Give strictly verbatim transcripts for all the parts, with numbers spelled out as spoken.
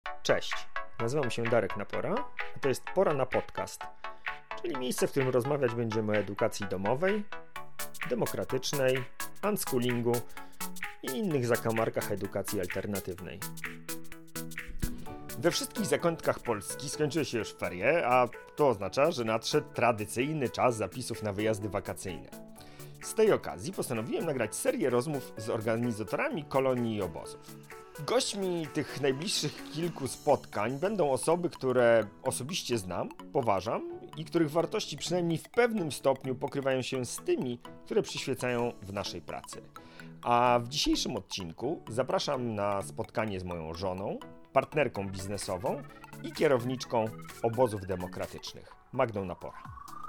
Cześć, nazywam się Darek Napora, a to jest Pora na Podcast, czyli miejsce, w którym rozmawiać będziemy o edukacji domowej, demokratycznej, unschoolingu i innych zakamarkach edukacji alternatywnej. We wszystkich zakątkach Polski skończyły się już ferie, a to oznacza, że nadszedł tradycyjny czas zapisów na wyjazdy wakacyjne. Z tej okazji postanowiłem nagrać serię rozmów z organizatorami kolonii i obozów. Gośćmi tych najbliższych kilku spotkań będą osoby, które osobiście znam, poważam i których wartości przynajmniej w pewnym stopniu pokrywają się z tymi, które przyświecają w naszej pracy. A w dzisiejszym odcinku zapraszam na spotkanie z moją żoną, partnerką biznesową i kierowniczką obozów demokratycznych, Magdą Napora.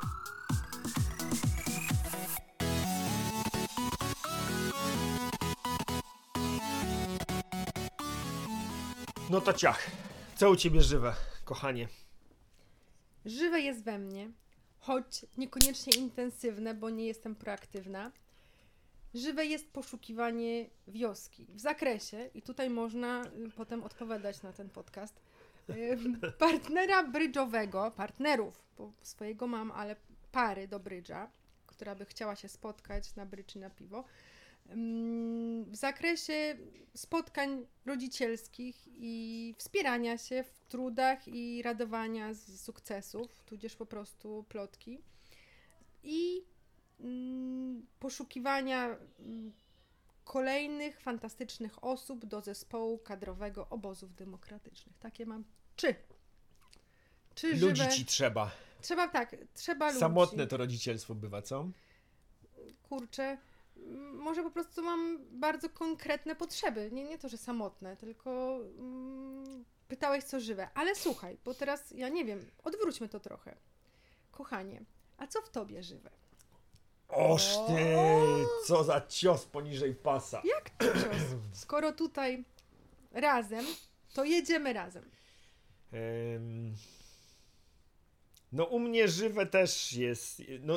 No to ciach, co u ciebie żywe, kochanie? Żywe jest we mnie, choć niekoniecznie intensywne, bo nie jestem proaktywna. Żywe jest poszukiwanie wioski w zakresie, i tutaj można potem odpowiadać na ten podcast, partnera brydżowego, partnerów, bo swojego mam, ale pary do brydża, która by chciała się spotkać na brydż i na piwo, w zakresie spotkań rodzicielskich i wspierania się w trudach i radowania z sukcesów, tudzież po prostu plotki i mm, poszukiwania mm, kolejnych fantastycznych osób do zespołu kadrowego obozów demokratycznych. Takie mam trzy. Trzy Ludzi żywe... ci trzeba. Trzeba tak, trzeba ludzi. Samotne to rodzicielstwo bywa, co? Kurczę. Może po prostu mam bardzo konkretne potrzeby. Nie, nie to, że samotne, tylko mm, pytałeś, co żywe. Ale słuchaj, bo teraz ja nie wiem, odwróćmy to trochę. Kochanie, a co w tobie żywe? Oż ty, co za cios poniżej pasa. Jak to cios? Skoro tutaj razem, to jedziemy razem. Um, no u mnie żywe też jest... No,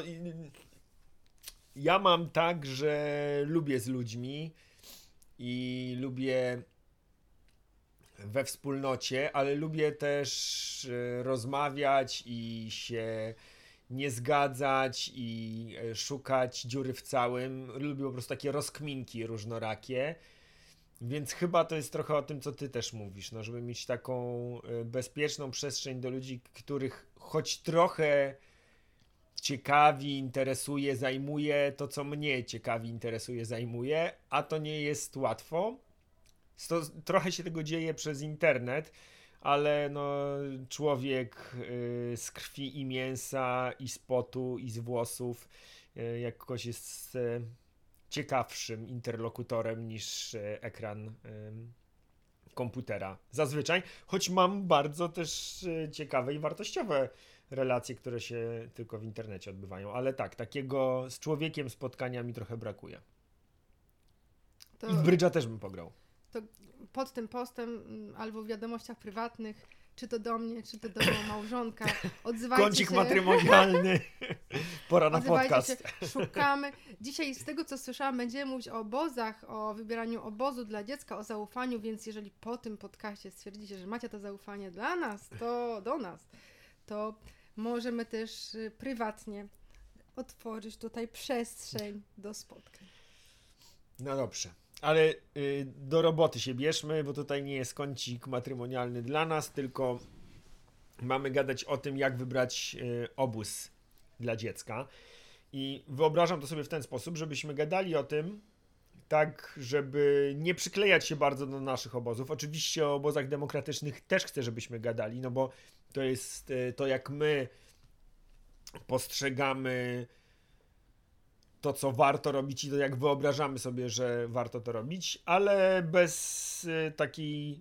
ja mam tak, że lubię z ludźmi i lubię we wspólnocie, ale lubię też rozmawiać i się nie zgadzać i szukać dziury w całym. Lubię po prostu takie rozkminki różnorakie, więc chyba to jest trochę o tym, co ty też mówisz, no, żeby mieć taką bezpieczną przestrzeń do ludzi, których choć trochę ciekawi, interesuje, zajmuje to, co mnie ciekawi, interesuje, zajmuje, a to nie jest łatwo. To, trochę się tego dzieje przez internet, ale no, człowiek y, z krwi i mięsa, i z potu, i z włosów y, jakoś jest y, ciekawszym interlokutorem niż y, ekran y, komputera. Zazwyczaj, choć mam bardzo też y, ciekawe i wartościowe relacje, które się tylko w internecie odbywają, ale tak, takiego z człowiekiem spotkania mi trochę brakuje. To, I w brydża też bym pograł. To pod tym postem albo w wiadomościach prywatnych, czy to do mnie, czy to do małżonka, odzywajcie Kącik się. matrymonialny. Pora na podcast. Się, szukamy. Dzisiaj z tego, co słyszałam, będziemy mówić o obozach, o wybieraniu obozu dla dziecka, o zaufaniu, więc jeżeli po tym podcaście stwierdzicie, że macie to zaufanie dla nas, to do nas, to możemy też prywatnie otworzyć tutaj przestrzeń do spotkań. No dobrze, ale y, do roboty się bierzmy, bo tutaj nie jest kącik matrymonialny dla nas, tylko mamy gadać o tym, jak wybrać y, obóz dla dziecka. I wyobrażam to sobie w ten sposób, żebyśmy gadali o tym tak, żeby nie przyklejać się bardzo do naszych obozów. Oczywiście o obozach demokratycznych też chcę, żebyśmy gadali, no bo to jest to, jak my postrzegamy to, co warto robić i to, jak wyobrażamy sobie, że warto to robić, ale bez takiej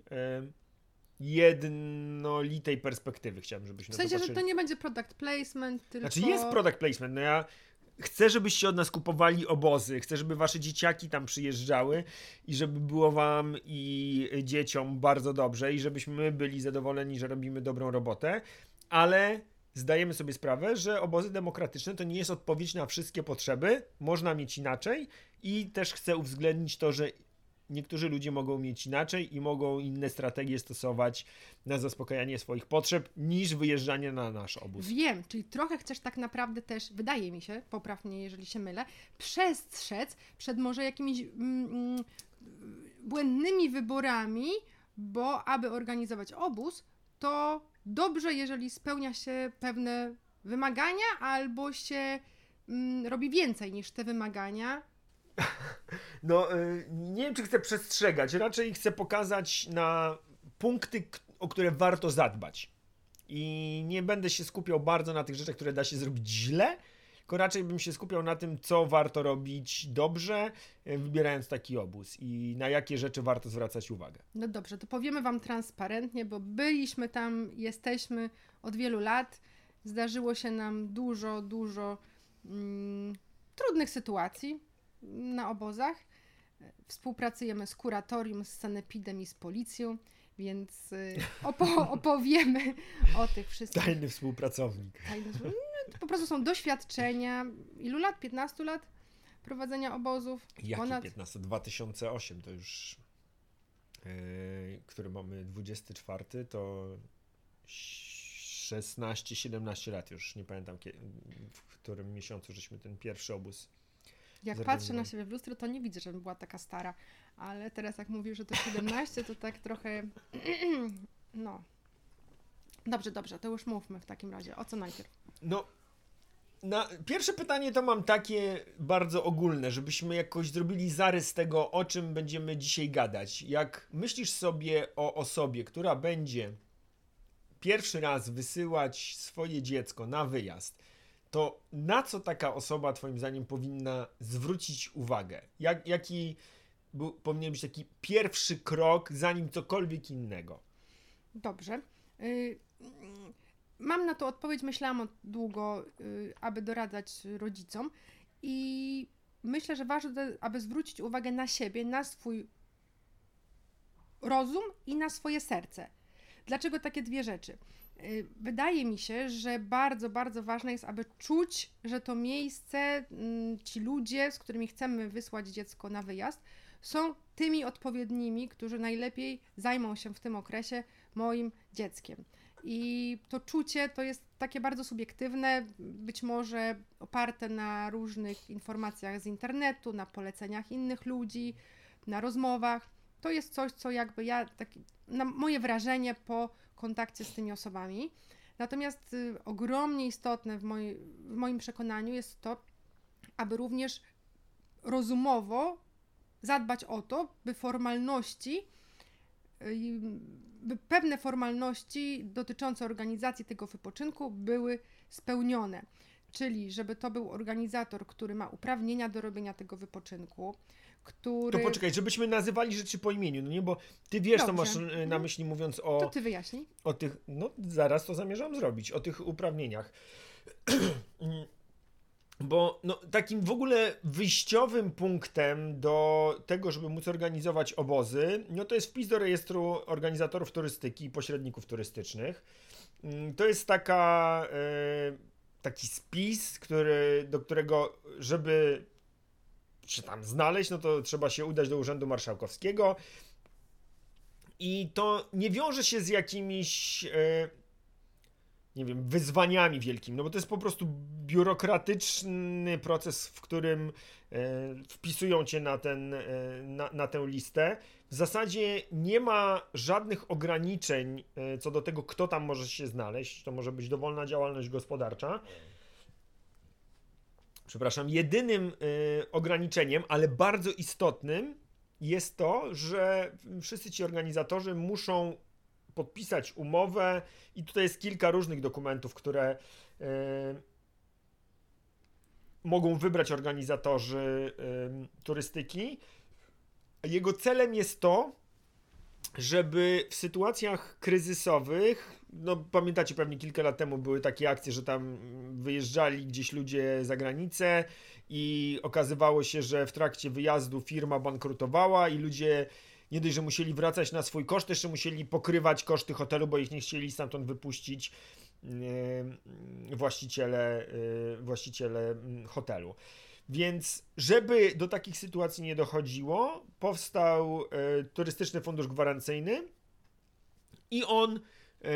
jednolitej perspektywy chciałbym, żebyśmy w sensie, to patrzyli. Że to nie będzie product placement, tylko... Znaczy jest product placement, no ja chcę, żebyście od nas kupowali obozy, chcę, żeby wasze dzieciaki tam przyjeżdżały i żeby było wam i dzieciom bardzo dobrze i żebyśmy byli zadowoleni, że robimy dobrą robotę, ale zdajemy sobie sprawę, że obozy demokratyczne to nie jest odpowiedź na wszystkie potrzeby, można mieć inaczej i też chcę uwzględnić to, że niektórzy ludzie mogą mieć inaczej i mogą inne strategie stosować na zaspokajanie swoich potrzeb niż wyjeżdżanie na nasz obóz. Wiem, czyli trochę chcesz tak naprawdę też, wydaje mi się, popraw mnie, jeżeli się mylę, przestrzec przed może jakimiś mm, błędnymi wyborami, bo aby organizować obóz, to dobrze, jeżeli spełnia się pewne wymagania, albo się mm, robi więcej niż te wymagania. No, nie wiem, czy chcę przestrzegać, raczej chcę pokazać na punkty, o które warto zadbać. I nie będę się skupiał bardzo na tych rzeczach, które da się zrobić źle, tylko raczej bym się skupiał na tym, co warto robić dobrze, wybierając taki obóz i na jakie rzeczy warto zwracać uwagę. No dobrze, to powiemy Wam transparentnie, bo byliśmy tam, jesteśmy od wielu lat. Zdarzyło się nam dużo, dużo mm, trudnych sytuacji na obozach. Współpracujemy z kuratorium, z sanepidem i z policją, więc y, opo- opowiemy o tych wszystkich. Tajny współpracownik. Tajny, no, po prostu są doświadczenia. Ilu lat? piętnaście lat prowadzenia obozów? Jakie Ponad... piętnaście? dwa tysiące osiem to już, yy, który mamy dwudziesty czwarty, to szesnaście siedemnaście lat już. Nie pamiętam, kiedy, w którym miesiącu żeśmy ten pierwszy obóz. Jak patrzę na siebie w lustro, to nie widzę, żebym była taka stara, ale teraz jak mówisz, że to siedemnaście, to tak trochę, no. Dobrze, dobrze, to już mówmy w takim razie. O co najpierw? No, na pierwsze pytanie to mam takie bardzo ogólne, żebyśmy jakoś zrobili zarys tego, o czym będziemy dzisiaj gadać. Jak myślisz sobie o osobie, która będzie pierwszy raz wysyłać swoje dziecko na wyjazd, to na co taka osoba twoim zdaniem powinna zwrócić uwagę? Jak, jaki był, powinien być taki pierwszy krok, zanim cokolwiek innego? Dobrze. Y- mam na to odpowiedź, myślałam długo, y- aby doradzać rodzicom i myślę, że ważne, aby zwrócić uwagę na siebie, na swój rozum i na swoje serce. Dlaczego takie dwie rzeczy? Wydaje mi się, że bardzo, bardzo ważne jest, aby czuć, że to miejsce, ci ludzie, z którymi chcemy wysłać dziecko na wyjazd, są tymi odpowiednimi, którzy najlepiej zajmą się w tym okresie moim dzieckiem. I to czucie to jest takie bardzo subiektywne, być może oparte na różnych informacjach z internetu, na poleceniach innych ludzi, na rozmowach. To jest coś, co jakby ja, taki, na moje wrażenie po kontakcie z tymi osobami. Natomiast y, ogromnie istotne w, moj, w moim przekonaniu jest to, aby również rozumowo zadbać o to, by formalności, y, by pewne formalności dotyczące organizacji tego wypoczynku były spełnione. Czyli żeby to był organizator, który ma uprawnienia do robienia tego wypoczynku, który... To poczekaj, żebyśmy nazywali rzeczy po imieniu, no nie, bo ty wiesz, Dobrze. co masz na myśli, mówiąc o... To ty wyjaśnij. O tych, no zaraz to zamierzam zrobić, o tych uprawnieniach. Bo no, takim w ogóle wyjściowym punktem do tego, żeby móc organizować obozy, no to jest wpis do rejestru organizatorów turystyki i pośredników turystycznych. To jest taka, e, taki spis, który, do którego, żeby się tam znaleźć, no to trzeba się udać do Urzędu Marszałkowskiego i to nie wiąże się z jakimiś e, nie wiem, wyzwaniami wielkimi, no bo to jest po prostu biurokratyczny proces, w którym e, wpisują cię na, ten, e, na, na tę listę. W zasadzie nie ma żadnych ograniczeń e, co do tego, kto tam może się znaleźć. To może być dowolna działalność gospodarcza. Przepraszam, jedynym y, ograniczeniem, ale bardzo istotnym jest to, że wszyscy ci organizatorzy muszą podpisać umowę i tutaj jest kilka różnych dokumentów, które y, mogą wybrać organizatorzy y, turystyki. Jego celem jest to, żeby w sytuacjach kryzysowych, no pamiętacie pewnie kilka lat temu były takie akcje, że tam wyjeżdżali gdzieś ludzie za granicę i okazywało się, że w trakcie wyjazdu firma bankrutowała i ludzie nie dość, że musieli wracać na swój koszt, jeszcze musieli pokrywać koszty hotelu, bo ich nie chcieli stamtąd wypuścić właściciele, właściciele hotelu. Więc żeby do takich sytuacji nie dochodziło, powstał e, Turystyczny Fundusz Gwarancyjny i on e,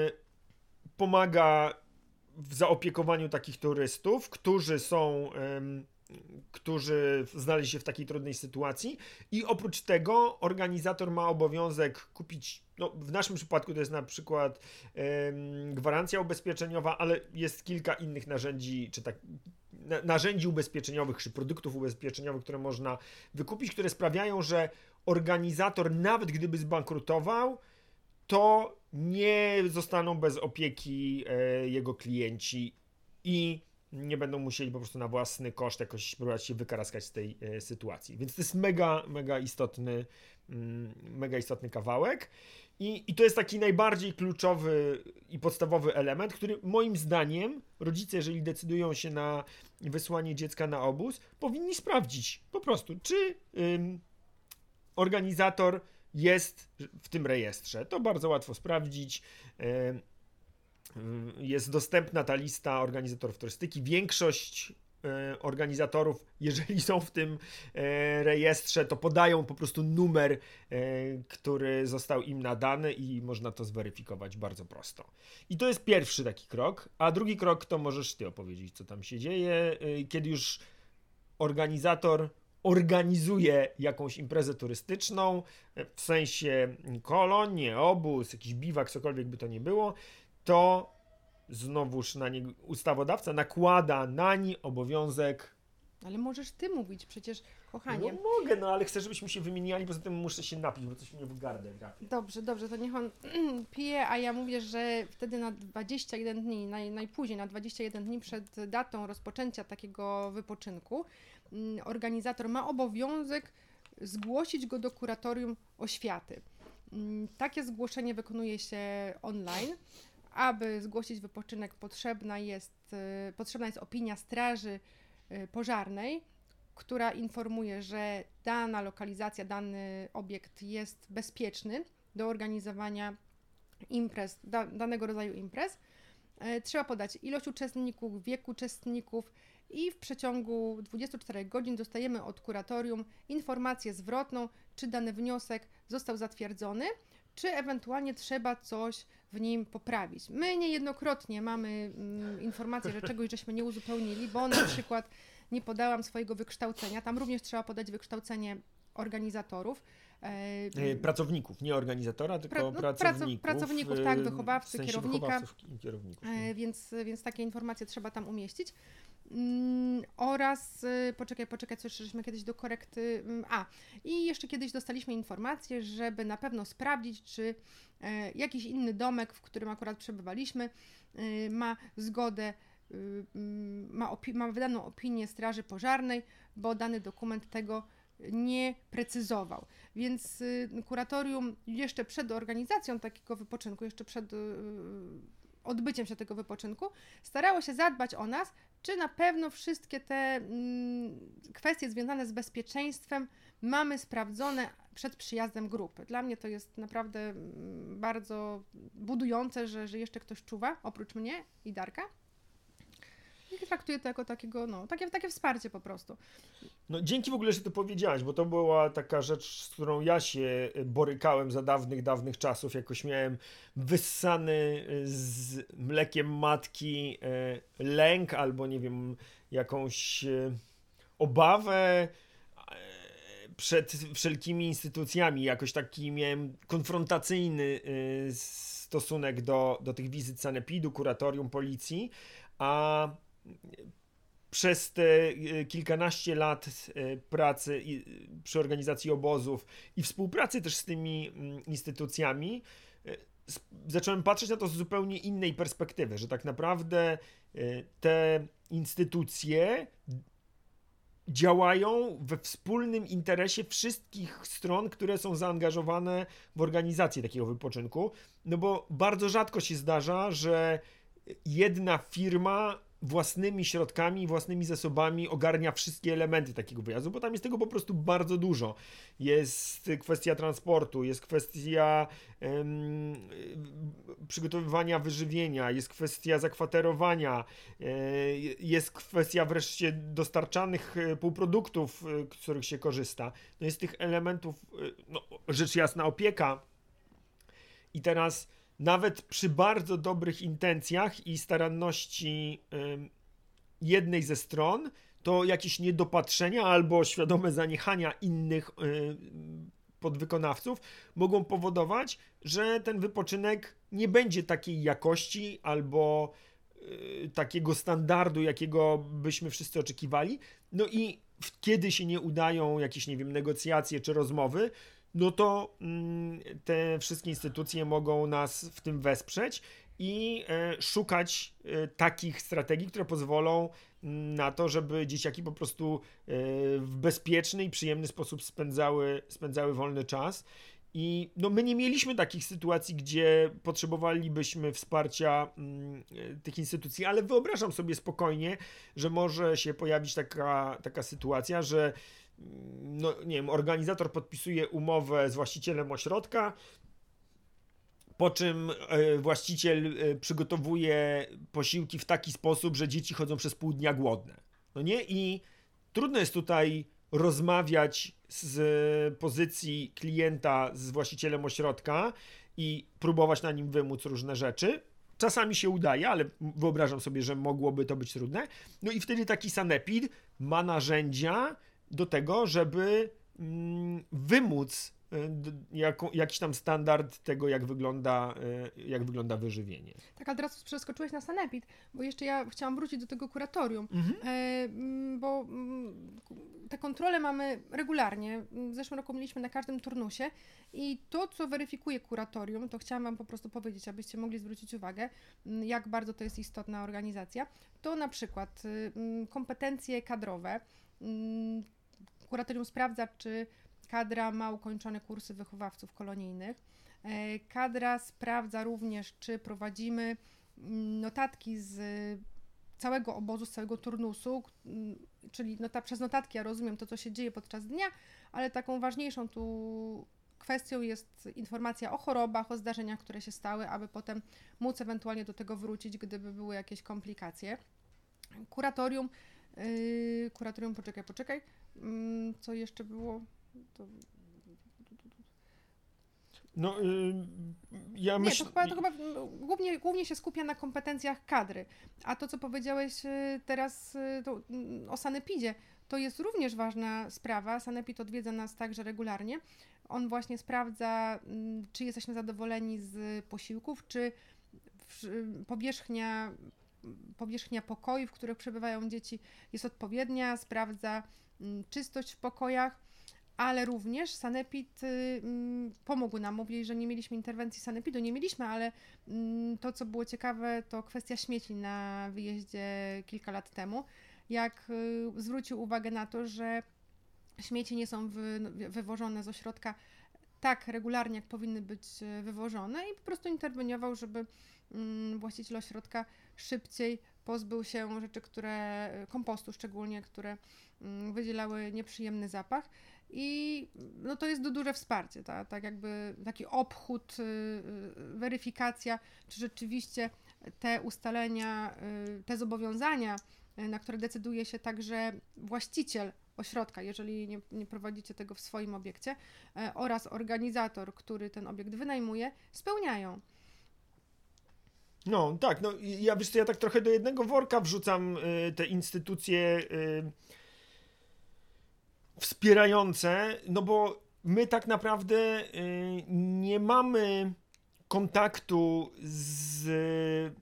pomaga w zaopiekowaniu takich turystów, którzy są, e, którzy znaleźli się w takiej trudnej sytuacji i oprócz tego organizator ma obowiązek kupić, no w naszym przypadku to jest na przykład e, gwarancja ubezpieczeniowa, ale jest kilka innych narzędzi, czy tak narzędzi ubezpieczeniowych, czy produktów ubezpieczeniowych, które można wykupić, które sprawiają, że organizator, nawet gdyby zbankrutował, to nie zostaną bez opieki e, jego klienci i nie będą musieli po prostu na własny koszt jakoś próbować się wykaraskać z tej e, sytuacji. Więc to jest mega, mega istotny, mm, mega istotny kawałek. I, I to jest taki najbardziej kluczowy i podstawowy element, który moim zdaniem rodzice, jeżeli decydują się na wysłanie dziecka na obóz, powinni sprawdzić po prostu, czy ym, organizator jest w tym rejestrze. To bardzo łatwo sprawdzić. Ym, jest dostępna ta lista organizatorów turystyki. Większość organizatorów, jeżeli są w tym rejestrze, to podają po prostu numer, który został im nadany i można to zweryfikować bardzo prosto. I to jest pierwszy taki krok, a drugi krok to możesz ty opowiedzieć, co tam się dzieje, kiedy już organizator organizuje jakąś imprezę turystyczną, w sensie kolonię, obóz, jakiś biwak, cokolwiek by to nie było, to znowuż na nie ustawodawca nakłada nań obowiązek. Ale możesz ty mówić, przecież, kochanie. No mogę, no ale chcę, żebyśmy się wymieniali, poza tym muszę się napić, bo coś mnie w gardle trafi. Dobrze, dobrze, to niech on pije, a ja mówię, że wtedy na dwadzieścia jeden dni, naj, najpóźniej na dwadzieścia jeden dni przed datą rozpoczęcia takiego wypoczynku, organizator ma obowiązek zgłosić go do kuratorium oświaty. Takie zgłoszenie wykonuje się online. Aby zgłosić wypoczynek, potrzebna jest, potrzebna jest opinia straży pożarnej, która informuje, że dana lokalizacja, dany obiekt jest bezpieczny do organizowania imprez, da, danego rodzaju imprez. Trzeba podać ilość uczestników, wiek uczestników i w przeciągu dwudziestu czterech godzin dostajemy od kuratorium informację zwrotną, czy dany wniosek został zatwierdzony, czy ewentualnie trzeba coś w nim poprawić. My niejednokrotnie mamy mm, informację, że czegoś żeśmy nie uzupełnili, bo na przykład nie podałam swojego wykształcenia. Tam również trzeba podać wykształcenie organizatorów. E, pracowników, nie organizatora, tylko pra, no, pracowników. Pracowników, tak, wychowawcy, w sensie kierownika. I kierowników. E, więc, więc takie informacje trzeba tam umieścić. Mm, oraz, y, poczekaj, poczekaj, co jeszcze żeśmy kiedyś do korekty, mm, a i jeszcze kiedyś dostaliśmy informację, żeby na pewno sprawdzić, czy e, jakiś inny domek, w którym akurat przebywaliśmy, y, ma zgodę, y, ma, opi- ma wydaną opinię straży pożarnej, bo dany dokument tego nie precyzował. Więc y, kuratorium jeszcze przed organizacją takiego wypoczynku, jeszcze przed y, odbyciem się tego wypoczynku, starało się zadbać o nas, czy na pewno wszystkie te mm, kwestie związane z bezpieczeństwem mamy sprawdzone przed przyjazdem grupy. Dla mnie to jest naprawdę mm, bardzo budujące, że, że jeszcze ktoś czuwa, oprócz mnie i Darka. I traktuję to jako takiego, no, takie, takie wsparcie po prostu. No dzięki w ogóle, że to powiedziałaś, bo to była taka rzecz, z którą ja się borykałem za dawnych, dawnych czasów. Jakoś miałem wyssany z mlekiem matki lęk albo nie wiem, jakąś obawę przed wszelkimi instytucjami. Jakoś taki miałem konfrontacyjny stosunek do, do tych wizyt sanepidu, kuratorium, policji, a przez te kilkanaście lat pracy przy organizacji obozów i współpracy też z tymi instytucjami zacząłem patrzeć na to z zupełnie innej perspektywy, że tak naprawdę te instytucje działają we wspólnym interesie wszystkich stron, które są zaangażowane w organizację takiego wypoczynku, no bo bardzo rzadko się zdarza, że jedna firma własnymi środkami, własnymi zasobami ogarnia wszystkie elementy takiego wyjazdu, bo tam jest tego po prostu bardzo dużo. Jest kwestia transportu, jest kwestia um, przygotowywania wyżywienia, jest kwestia zakwaterowania, jest kwestia wreszcie dostarczanych półproduktów, z których się korzysta. No jest tych elementów, no, rzecz jasna, opieka. I teraz nawet przy bardzo dobrych intencjach i staranności y, jednej ze stron, to jakieś niedopatrzenia albo świadome zaniechania innych y, podwykonawców mogą powodować, że ten wypoczynek nie będzie takiej jakości albo y, takiego standardu, jakiego byśmy wszyscy oczekiwali. No i kiedy się nie udają jakieś, nie wiem, negocjacje czy rozmowy, no to mm, te wszystkie instytucje mogą nas w tym wesprzeć i e, szukać e, takich strategii, które pozwolą m, na to, żeby dzieciaki po prostu e, w bezpieczny i przyjemny sposób spędzały, spędzały wolny czas. I no, my nie mieliśmy takich sytuacji, gdzie potrzebowalibyśmy wsparcia m, tych instytucji, ale wyobrażam sobie spokojnie, że może się pojawić taka, taka sytuacja, że no nie wiem, organizator podpisuje umowę z właścicielem ośrodka, po czym właściciel przygotowuje posiłki w taki sposób, że dzieci chodzą przez pół dnia głodne. No nie? I trudno jest tutaj rozmawiać z pozycji klienta z właścicielem ośrodka i próbować na nim wymóc różne rzeczy. Czasami się udaje, ale wyobrażam sobie, że mogłoby to być trudne. No i wtedy taki sanepid ma narzędzia do tego, żeby wymóc jako, jakiś tam standard tego, jak wygląda, jak wygląda wyżywienie. Tak, ale teraz przeskoczyłeś na sanepid, bo jeszcze ja chciałam wrócić do tego kuratorium, mhm. e, bo te kontrole mamy regularnie. W zeszłym roku mieliśmy na każdym turnusie i to, co weryfikuje kuratorium, to chciałam wam po prostu powiedzieć, abyście mogli zwrócić uwagę, jak bardzo to jest istotna organizacja, to na przykład kompetencje kadrowe. Kuratorium sprawdza, czy kadra ma ukończone kursy wychowawców kolonijnych. Kadra sprawdza również, czy prowadzimy notatki z całego obozu, z całego turnusu, czyli nota, przez notatki ja rozumiem to, co się dzieje podczas dnia, ale taką ważniejszą tu kwestią jest informacja o chorobach, o zdarzeniach, które się stały, aby potem móc ewentualnie do tego wrócić, gdyby były jakieś komplikacje. Kuratorium, yy, kuratorium, poczekaj, poczekaj, yy, co jeszcze było? To... No, yy, ja myślę... Nie, to chyba, to chyba głównie, głównie się skupia na kompetencjach kadry, a to, co powiedziałeś teraz to, o sanepidzie, to jest również ważna sprawa. Sanepid odwiedza nas także regularnie. On właśnie sprawdza, czy jesteśmy zadowoleni z posiłków, czy powierzchnia, powierzchnia pokoi, w których przebywają dzieci, jest odpowiednia, sprawdza czystość w pokojach, ale również sanepid y, pomógł nam. Mówili, że nie mieliśmy interwencji sanepidu, nie mieliśmy, ale y, to, co było ciekawe, to kwestia śmieci na wyjeździe kilka lat temu. Jak y, zwrócił uwagę na to, że śmieci nie są wy, wywożone z ośrodka tak regularnie, jak powinny być wywożone i po prostu interweniował, żeby y, właściciel ośrodka szybciej pozbył się rzeczy, które, kompostu szczególnie, które y, wydzielały nieprzyjemny zapach. I no to jest duże wsparcie, tak, tak jakby taki obchód, yy, weryfikacja, czy rzeczywiście te ustalenia, yy, te zobowiązania, yy, na które decyduje się także właściciel ośrodka, jeżeli nie, nie prowadzicie tego w swoim obiekcie, yy, oraz organizator, który ten obiekt wynajmuje, spełniają. No tak, no ja wiesz co, ja tak trochę do jednego worka wrzucam yy, te instytucje yy... wspierające, no bo my tak naprawdę y, nie mamy kontaktu z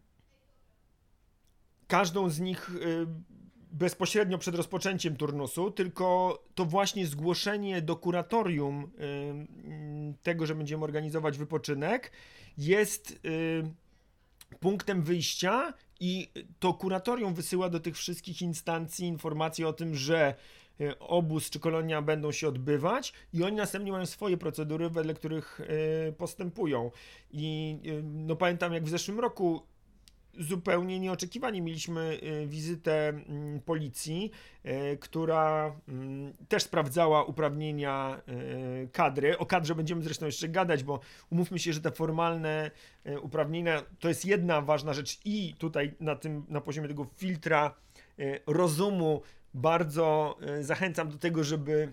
każdą z nich y, bezpośrednio przed rozpoczęciem turnusu, tylko to właśnie zgłoszenie do kuratorium y, y, tego, że będziemy organizować wypoczynek, jest y, punktem wyjścia i to kuratorium wysyła do tych wszystkich instancji informacje o tym, że obóz czy kolonia będą się odbywać i oni następnie mają swoje procedury, wedle których y, postępują. I y, no pamiętam, jak w zeszłym roku zupełnie nieoczekiwanie. Mieliśmy wizytę policji, która też sprawdzała uprawnienia kadry. O kadrze będziemy zresztą jeszcze gadać, bo umówmy się, że te formalne uprawnienia to jest jedna ważna rzecz i tutaj na tym, na poziomie tego filtra rozumu bardzo zachęcam do tego, żeby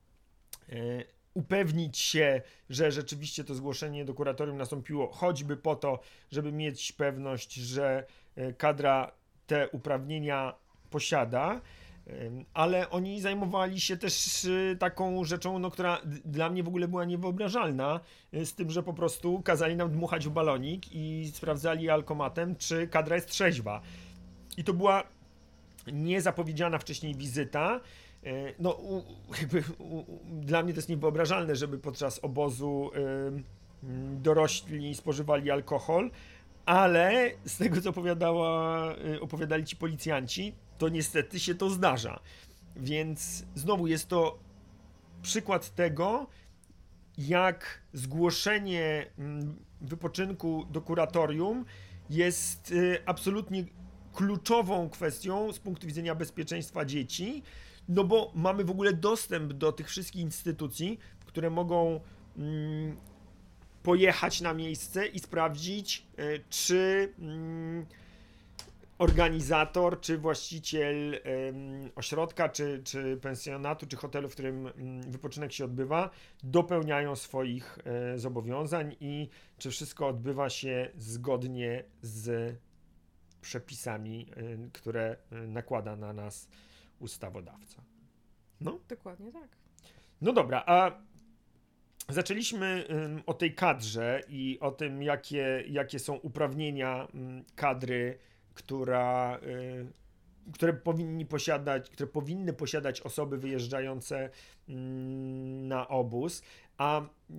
upewnić się, że rzeczywiście to zgłoszenie do kuratorium nastąpiło, choćby po to, żeby mieć pewność, że kadra te uprawnienia posiada, ale oni zajmowali się też taką rzeczą, no, która dla mnie w ogóle była niewyobrażalna, z tym, że po prostu kazali nam dmuchać w balonik i sprawdzali alkomatem, czy kadra jest trzeźwa. I to była niezapowiedziana wcześniej wizyta. No, u, jakby, u, u, dla mnie to jest niewyobrażalne, żeby podczas obozu y, y, dorośli spożywali alkohol, ale z tego, co opowiadała, y, opowiadali ci policjanci, to niestety się to zdarza. Więc znowu jest to przykład tego, jak zgłoszenie y, wypoczynku do kuratorium jest y, absolutnie kluczową kwestią z punktu widzenia bezpieczeństwa dzieci, no bo mamy w ogóle dostęp do tych wszystkich instytucji, które mogą mm, pojechać na miejsce i sprawdzić, y, czy mm, organizator, czy właściciel y, ośrodka, czy, czy pensjonatu, czy hotelu, w którym y, wypoczynek się odbywa, dopełniają swoich y, zobowiązań i czy wszystko odbywa się zgodnie z przepisami, y, które y, nakłada na nas ustawodawca. No? Dokładnie tak. No dobra, a zaczęliśmy um, o tej kadrze i o tym, jakie, jakie są uprawnienia um, kadry, która, y, które powinni posiadać, które powinny posiadać osoby wyjeżdżające um, na obóz. A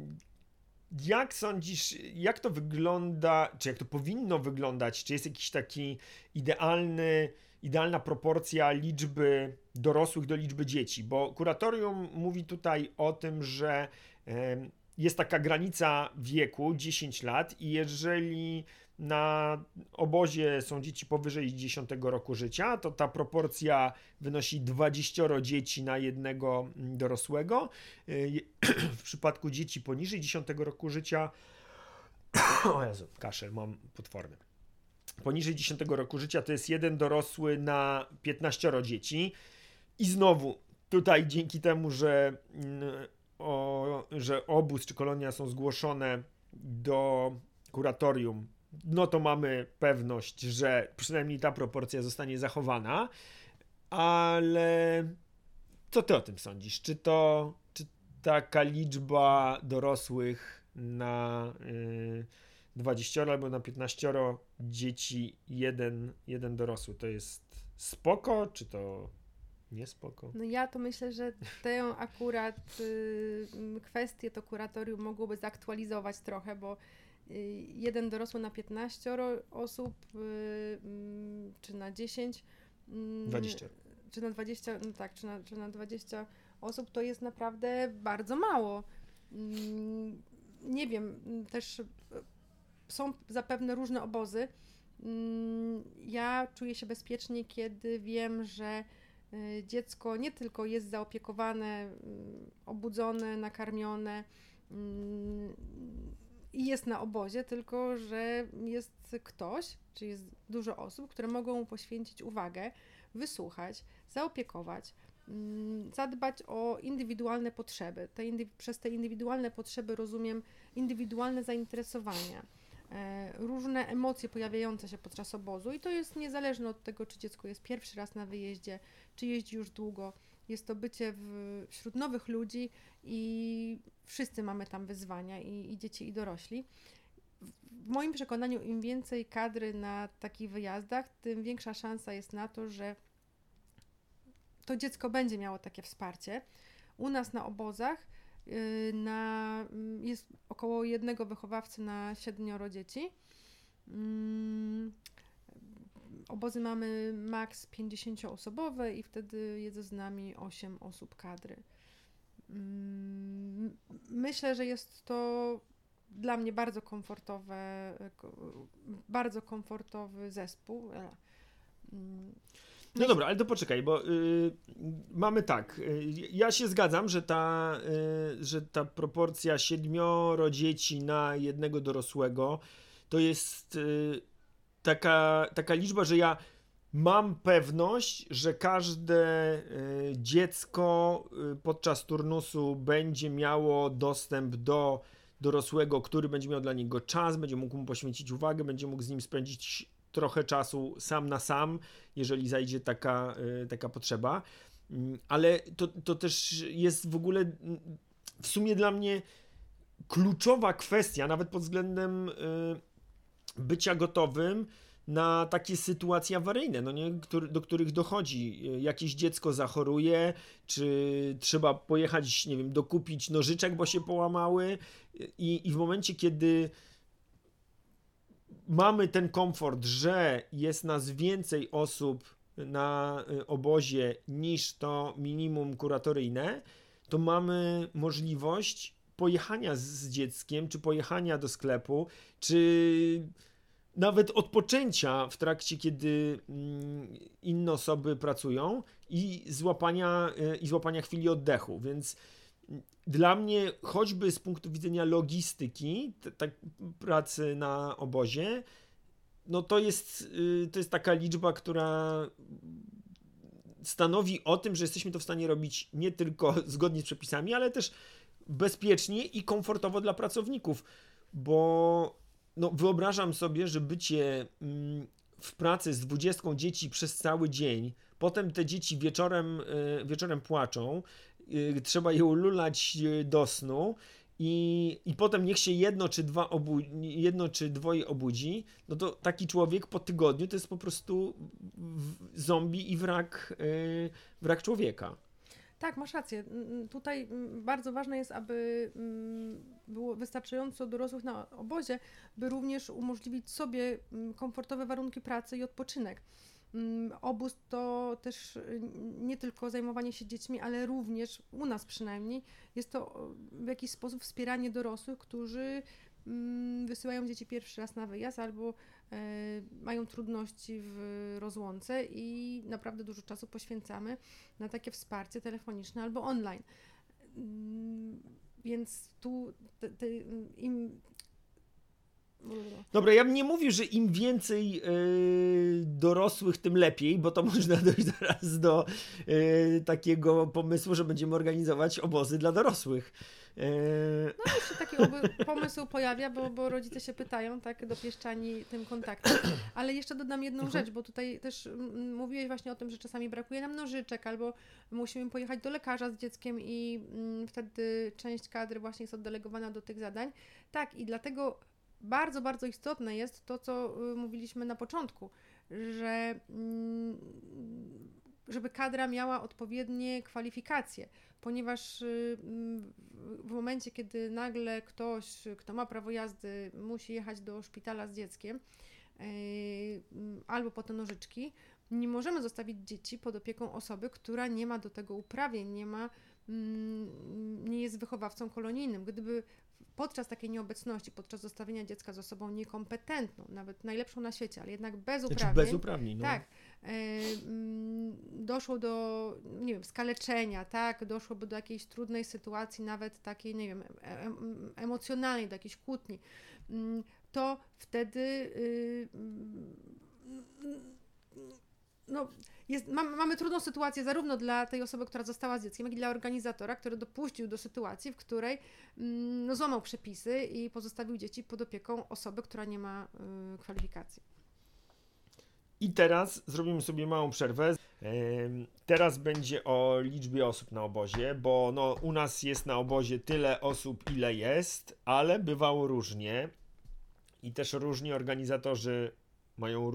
jak sądzisz, jak to wygląda, czy jak to powinno wyglądać? Czy jest jakiś taki idealny idealna proporcja liczby dorosłych do liczby dzieci, bo kuratorium mówi tutaj o tym, że jest taka granica wieku dziesięć lat i jeżeli na obozie są dzieci powyżej dziesiątego roku życia, to ta proporcja wynosi dwadzieścia dzieci na jednego dorosłego. W przypadku dzieci poniżej dziesiątego roku życia o Jezu, kaszel mam potworny. Poniżej dziesiątego roku życia to jest jeden dorosły na piętnaście dzieci. I znowu, tutaj dzięki temu, że, o, że obóz czy kolonia są zgłoszone do kuratorium, no to mamy pewność, że przynajmniej ta proporcja zostanie zachowana. Ale co ty o tym sądzisz? Czy to, czy taka liczba dorosłych na... Yy, dwadzieścia albo na piętnaście dzieci, jeden, jeden dorosły. To jest spoko, czy to nie spoko? No ja to myślę, że tę akurat y, kwestię to kuratorium mogłoby zaktualizować trochę, bo y, jeden dorosły na piętnaście osób, y, y, czy na dziesięć, y, dwadzieścia. Czy na dwadzieścia, no tak, czy na, czy na dwadzieścia osób to jest naprawdę bardzo mało. Y, nie wiem, też są zapewne różne obozy. Ja czuję się bezpiecznie, kiedy wiem, że dziecko nie tylko jest zaopiekowane, obudzone, nakarmione i jest na obozie, tylko że jest ktoś, czy jest dużo osób, które mogą mu poświęcić uwagę, wysłuchać, zaopiekować, zadbać o indywidualne potrzeby. Te indy- przez te indywidualne potrzeby rozumiem indywidualne zainteresowania, różne emocje pojawiające się podczas obozu i to jest niezależne od tego, czy dziecko jest pierwszy raz na wyjeździe, czy jeździ już długo. Jest to bycie w, wśród nowych ludzi i wszyscy mamy tam wyzwania, i, i dzieci, i dorośli. W moim przekonaniu im więcej kadry na takich wyjazdach, tym większa szansa jest na to, że to dziecko będzie miało takie wsparcie. U nas na obozach Na, jest około jednego wychowawcy na siedmioro dzieci. Mm, obozy mamy maks pięćdziesięcioosobowe i wtedy jest z nami osiem osób kadry. Mm, myślę, że jest to dla mnie bardzo komfortowe, bardzo komfortowy zespół. No, no dobra, ale to poczekaj, bo y, mamy tak, y, ja się zgadzam, że ta, y, że ta proporcja siedmioro dzieci na jednego dorosłego to jest y, taka, taka liczba, że ja mam pewność, że każde y, dziecko y, podczas turnusu będzie miało dostęp do dorosłego, który będzie miał dla niego czas, będzie mógł mu poświęcić uwagę, będzie mógł z nim spędzić trochę czasu sam na sam, jeżeli zajdzie taka, taka potrzeba. Ale to, to też jest w ogóle w sumie dla mnie kluczowa kwestia, nawet pod względem bycia gotowym na takie sytuacje awaryjne, no nie? do których dochodzi. Jakieś dziecko zachoruje, czy trzeba pojechać, nie wiem, dokupić nożyczek, bo się połamały i, i w momencie, kiedy mamy ten komfort, że jest nas więcej osób na obozie niż to minimum kuratoryjne, to mamy możliwość pojechania z dzieckiem, czy pojechania do sklepu, czy nawet odpoczęcia w trakcie, kiedy inne osoby pracują i złapania, i złapania chwili oddechu, więc dla mnie, choćby z punktu widzenia logistyki, tak pracy na obozie, no to jest, to jest taka liczba, która stanowi o tym, że jesteśmy to w stanie robić nie tylko zgodnie z przepisami, ale też bezpiecznie i komfortowo dla pracowników, bo no, wyobrażam sobie, że bycie w pracy z dwudziestką dzieci przez cały dzień, potem te dzieci wieczorem, wieczorem płaczą, trzeba je ululać do snu i, i potem niech się jedno czy dwa obu, jedno czy dwoje obudzi, no to taki człowiek po tygodniu to jest po prostu zombie i wrak, wrak człowieka. Tak, masz rację. Tutaj bardzo ważne jest, aby było wystarczająco dorosłych na obozie, by również umożliwić sobie komfortowe warunki pracy i odpoczynek. Obóz to też nie tylko zajmowanie się dziećmi, ale również u nas przynajmniej jest to w jakiś sposób wspieranie dorosłych, którzy wysyłają dzieci pierwszy raz na wyjazd albo mają trudności w rozłące i naprawdę dużo czasu poświęcamy na takie wsparcie telefoniczne albo online. Więc tu te, te, im Dobra, ja bym nie mówił, że im więcej yy, dorosłych, tym lepiej, bo to można dojść zaraz do yy, takiego pomysłu, że będziemy organizować obozy dla dorosłych. Yy... No już się taki pomysł pojawia, bo, bo rodzice się pytają, tak, dopieszczani tym kontaktem. Ale jeszcze dodam jedną mhm. rzecz, bo tutaj też m, mówiłeś właśnie o tym, że czasami brakuje nam nożyczek, albo musimy pojechać do lekarza z dzieckiem i m, wtedy część kadry właśnie jest oddelegowana do tych zadań. Tak, i dlatego bardzo, bardzo istotne jest to, co mówiliśmy na początku, że żeby kadra miała odpowiednie kwalifikacje, ponieważ w momencie, kiedy nagle ktoś, kto ma prawo jazdy, musi jechać do szpitala z dzieckiem albo po te nożyczki, nie możemy zostawić dzieci pod opieką osoby, która nie ma do tego uprawnień, nie ma, nie jest wychowawcą kolonijnym. Gdyby podczas takiej nieobecności, podczas zostawienia dziecka z osobą niekompetentną, nawet najlepszą na świecie, ale jednak bez uprawnień, znaczy bez uprawnień, no. tak, y, y, doszło do, nie wiem, skaleczenia, tak, doszłoby do jakiejś trudnej sytuacji, nawet takiej, nie wiem, e, emocjonalnej, do jakiejś kłótni, y, to wtedy y, no, jest, mamy, mamy trudną sytuację zarówno dla tej osoby, która została z dzieckiem, jak i dla organizatora, który dopuścił do sytuacji, w której no, złamał przepisy i pozostawił dzieci pod opieką osoby, która nie ma y, kwalifikacji. I teraz zrobimy sobie małą przerwę. Teraz będzie o liczbie osób na obozie, bo no, u nas jest na obozie tyle osób, ile jest, ale bywało różnie i też różni organizatorzy mają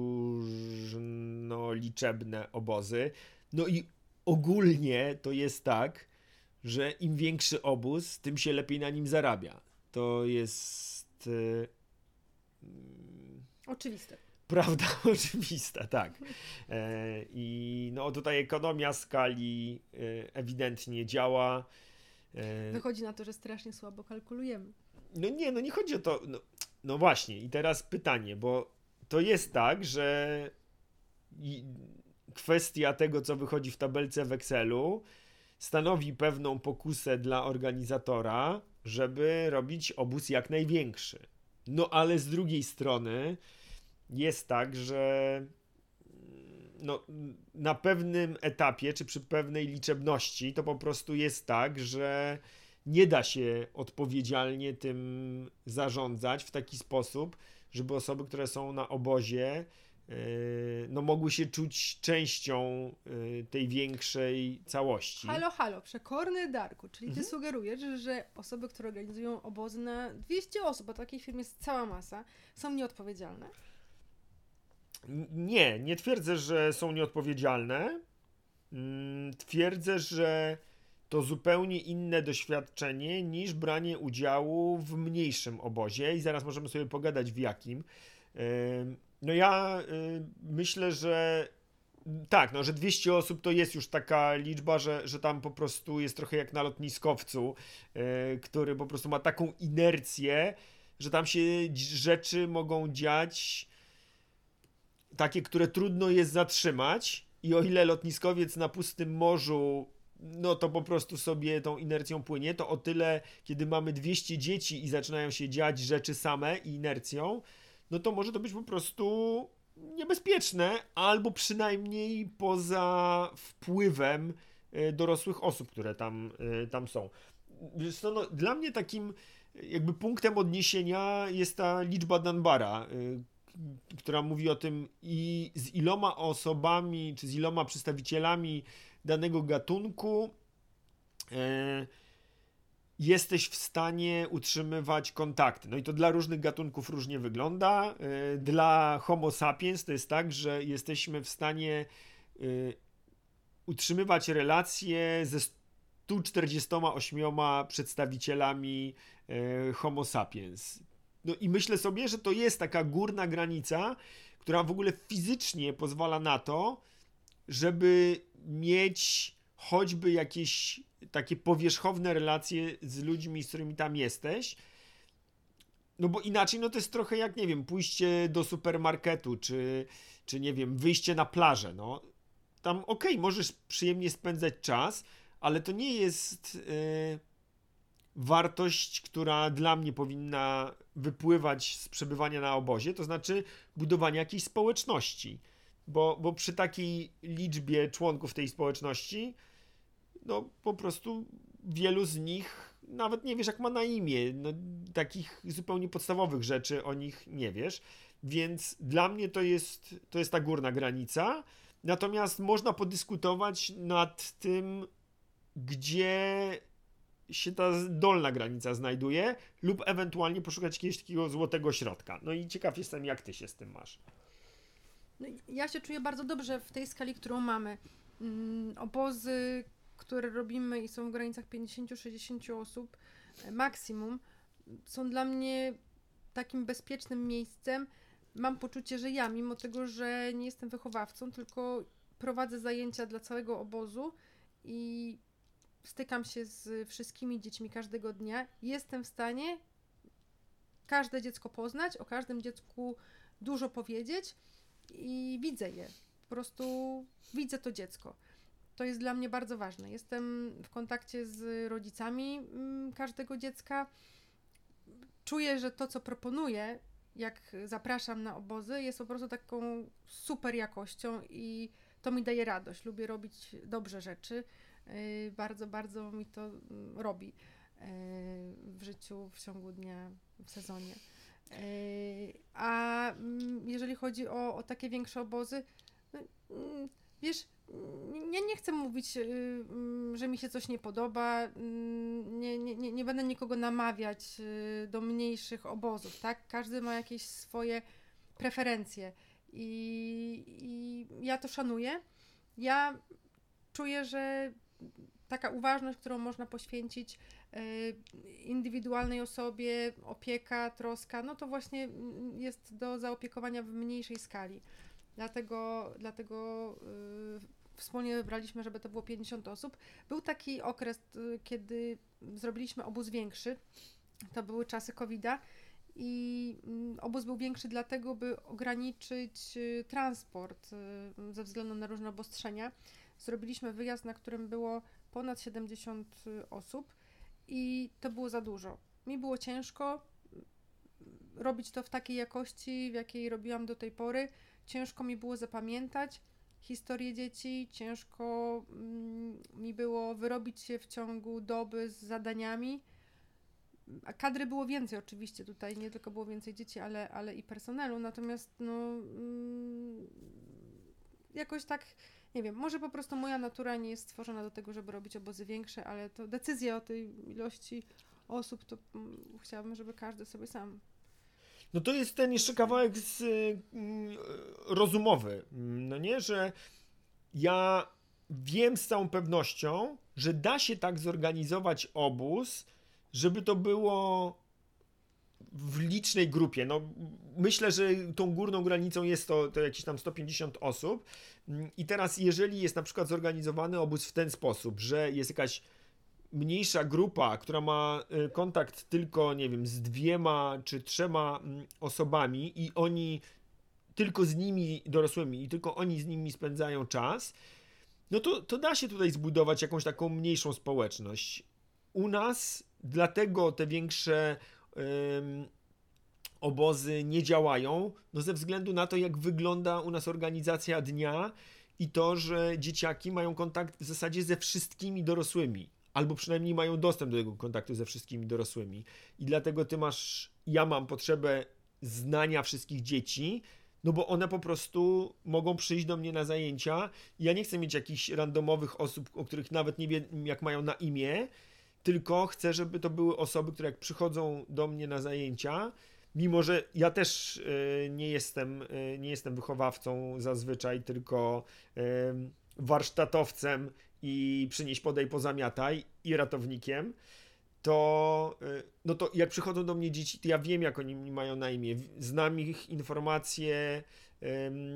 różnoliczebne obozy. No i ogólnie to jest tak, że im większy obóz, tym się lepiej na nim zarabia. To jest... Yy... Oczywiste. Prawda oczywista, tak. E, I no tutaj ekonomia skali e, ewidentnie działa. E... Wychodzi na to, że strasznie słabo kalkulujemy. no nie, no nie chodzi o to, no, no właśnie i teraz pytanie, bo to jest tak, że kwestia tego, co wychodzi w tabelce w Excelu, stanowi pewną pokusę dla organizatora, żeby robić obóz jak największy. No ale z drugiej strony jest tak, że no, na pewnym etapie, czy przy pewnej liczebności, to po prostu jest tak, że nie da się odpowiedzialnie tym zarządzać w taki sposób, żeby osoby, które są na obozie, no mogły się czuć częścią tej większej całości. Halo, halo, przekorny Darku, czyli ty mhm. sugerujesz, że osoby, które organizują obozy na dwieście osób, a takich firm jest cała masa, są nieodpowiedzialne? Nie, nie twierdzę, że są nieodpowiedzialne. Twierdzę, że to zupełnie inne doświadczenie niż branie udziału w mniejszym obozie i zaraz możemy sobie pogadać w jakim. No ja myślę, że tak, no, że dwieście osób to jest już taka liczba, że, że tam po prostu jest trochę jak na lotniskowcu, który po prostu ma taką inercję, że tam się rzeczy mogą dziać takie, które trudno jest zatrzymać i o ile lotniskowiec na pustym morzu no to po prostu sobie tą inercją płynie, to o tyle, kiedy mamy dwieście dzieci i zaczynają się dziać rzeczy same i inercją, no to może to być po prostu niebezpieczne, albo przynajmniej poza wpływem dorosłych osób, które tam, tam są. Wiesz co, no, dla mnie takim jakby punktem odniesienia jest ta liczba Dunbara, która mówi o tym, i z iloma osobami, czy z iloma przedstawicielami danego gatunku e, jesteś w stanie utrzymywać kontakty. No i to dla różnych gatunków różnie wygląda. E, dla Homo sapiens to jest tak, że jesteśmy w stanie e, utrzymywać relacje ze stu czterdziestoma ośmioma przedstawicielami e, Homo sapiens. No i myślę sobie, że to jest taka górna granica, która w ogóle fizycznie pozwala na to, żeby mieć choćby jakieś takie powierzchowne relacje z ludźmi, z którymi tam jesteś. No bo inaczej, no to jest trochę jak, nie wiem, pójście do supermarketu, czy, czy nie wiem, wyjście na plażę, no. Tam okej, okay, możesz przyjemnie spędzać czas, ale to nie jest yy, wartość, która dla mnie powinna wypływać z przebywania na obozie, to znaczy budowania jakiejś społeczności. Bo, bo przy takiej liczbie członków tej społeczności, no po prostu wielu z nich nawet nie wiesz, jak ma na imię. No, takich zupełnie podstawowych rzeczy o nich nie wiesz. Więc dla mnie to jest, to jest ta górna granica. Natomiast można podyskutować nad tym, gdzie się ta dolna granica znajduje, lub ewentualnie poszukać jakiegoś takiego złotego środka. No i ciekaw jestem, jak ty się z tym masz. No, ja się czuję bardzo dobrze w tej skali, którą mamy. Mm, obozy, które robimy i są w granicach pięćdziesiąt do sześćdziesięciu osób maksimum, są dla mnie takim bezpiecznym miejscem. Mam poczucie, że ja, mimo tego, że nie jestem wychowawcą, tylko prowadzę zajęcia dla całego obozu i stykam się z wszystkimi dziećmi każdego dnia, jestem w stanie każde dziecko poznać, o każdym dziecku dużo powiedzieć i widzę je. Po prostu widzę to dziecko. To jest dla mnie bardzo ważne. Jestem w kontakcie z rodzicami każdego dziecka. Czuję, że to, co proponuję, jak zapraszam na obozy, jest po prostu taką super jakością i to mi daje radość. Lubię robić dobrze rzeczy. Bardzo, bardzo mi to robi w życiu, w ciągu dnia, w sezonie. A jeżeli chodzi o, o takie większe obozy, wiesz, ja nie chcę mówić, że mi się coś nie podoba, nie, nie, nie będę nikogo namawiać do mniejszych obozów, tak? Każdy ma jakieś swoje preferencje i, i ja to szanuję. Ja czuję, że taka uważność, którą można poświęcić indywidualnej osobie, opieka, troska, no to właśnie jest do zaopiekowania w mniejszej skali. Dlatego, dlatego yy, wspólnie wybraliśmy, żeby to było pięćdziesiąt osób. Był taki okres, yy, kiedy zrobiliśmy obóz większy, To były czasy kowida i obóz był większy dlatego, by ograniczyć transport ze względu na różne obostrzenia. Zrobiliśmy wyjazd, na którym było ponad siedemdziesiąt osób i to było za dużo. Mi było ciężko robić to w takiej jakości, w jakiej robiłam do tej pory. Ciężko mi było zapamiętać historię dzieci, ciężko mi było wyrobić się w ciągu doby z zadaniami. A kadry było więcej oczywiście tutaj, nie tylko było więcej dzieci, ale, ale i personelu, natomiast no mm, jakoś tak, nie wiem, może po prostu moja natura nie jest stworzona do tego, żeby robić obozy większe, ale to decyzja o tej ilości osób, to mm, chciałabym, żeby każdy sobie sam. No to jest ten jeszcze kawałek z, y, rozumowy, no nie, że ja wiem z całą pewnością, że da się tak zorganizować obóz, żeby to było w licznej grupie. No, myślę, że tą górną granicą jest to, to jakieś tam sto pięćdziesiąt osób i teraz jeżeli jest na przykład zorganizowany obóz w ten sposób, że jest jakaś mniejsza grupa, która ma kontakt tylko, nie wiem, z dwiema czy trzema osobami i oni tylko z nimi dorosłymi i tylko oni z nimi spędzają czas, no to, to da się tutaj zbudować jakąś taką mniejszą społeczność. U nas dlatego te większe ym, obozy nie działają, no ze względu na to, jak wygląda u nas organizacja dnia i to, że dzieciaki mają kontakt w zasadzie ze wszystkimi dorosłymi, albo przynajmniej mają dostęp do tego kontaktu ze wszystkimi dorosłymi. I dlatego ty masz, ja mam potrzebę znania wszystkich dzieci, no bo one po prostu mogą przyjść do mnie na zajęcia. Ja nie chcę mieć jakichś randomowych osób, o których nawet nie wiem, jak mają na imię, tylko chcę, żeby to były osoby, które jak przychodzą do mnie na zajęcia, mimo że ja też y, nie jestem, y, nie jestem wychowawcą zazwyczaj, tylko y, warsztatowcem i przynieś, podaj, pozamiataj i ratownikiem, to, y, no to jak przychodzą do mnie dzieci, to ja wiem, jak oni mają na imię, znam ich informacje y,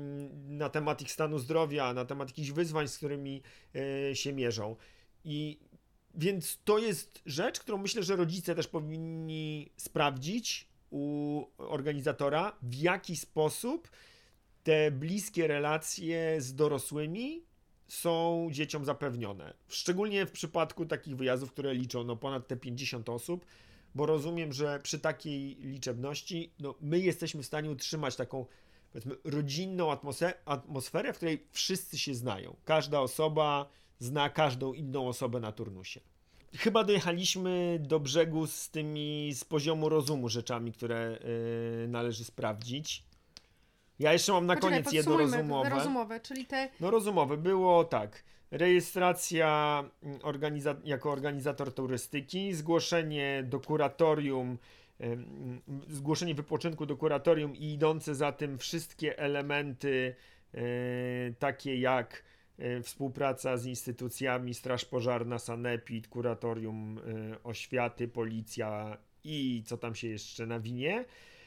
na temat ich stanu zdrowia, na temat jakichś wyzwań, z którymi y, się mierzą. I więc to jest rzecz, którą myślę, że rodzice też powinni sprawdzić u organizatora, w jaki sposób te bliskie relacje z dorosłymi są dzieciom zapewnione. Szczególnie w przypadku takich wyjazdów, które liczą no, ponad te pięćdziesiąt osób, bo rozumiem, że przy takiej liczebności no, my jesteśmy w stanie utrzymać taką, powiedzmy, rodzinną atmosferę, w której wszyscy się znają. Każda osoba zna każdą inną osobę na turnusie. Chyba dojechaliśmy do brzegu z tymi z poziomu rozumu rzeczami, które yy, należy sprawdzić. Ja jeszcze mam na Poczekaj, koniec jedno rozumowe. rozumowe, czyli te... No rozumowe było tak. Rejestracja organiza- jako organizator turystyki, zgłoszenie do kuratorium, yy, zgłoszenie wypoczynku do kuratorium i idące za tym wszystkie elementy yy, takie jak współpraca z instytucjami, Straż Pożarna, Sanepid, Kuratorium Oświaty, Policja i co tam się jeszcze nawinie.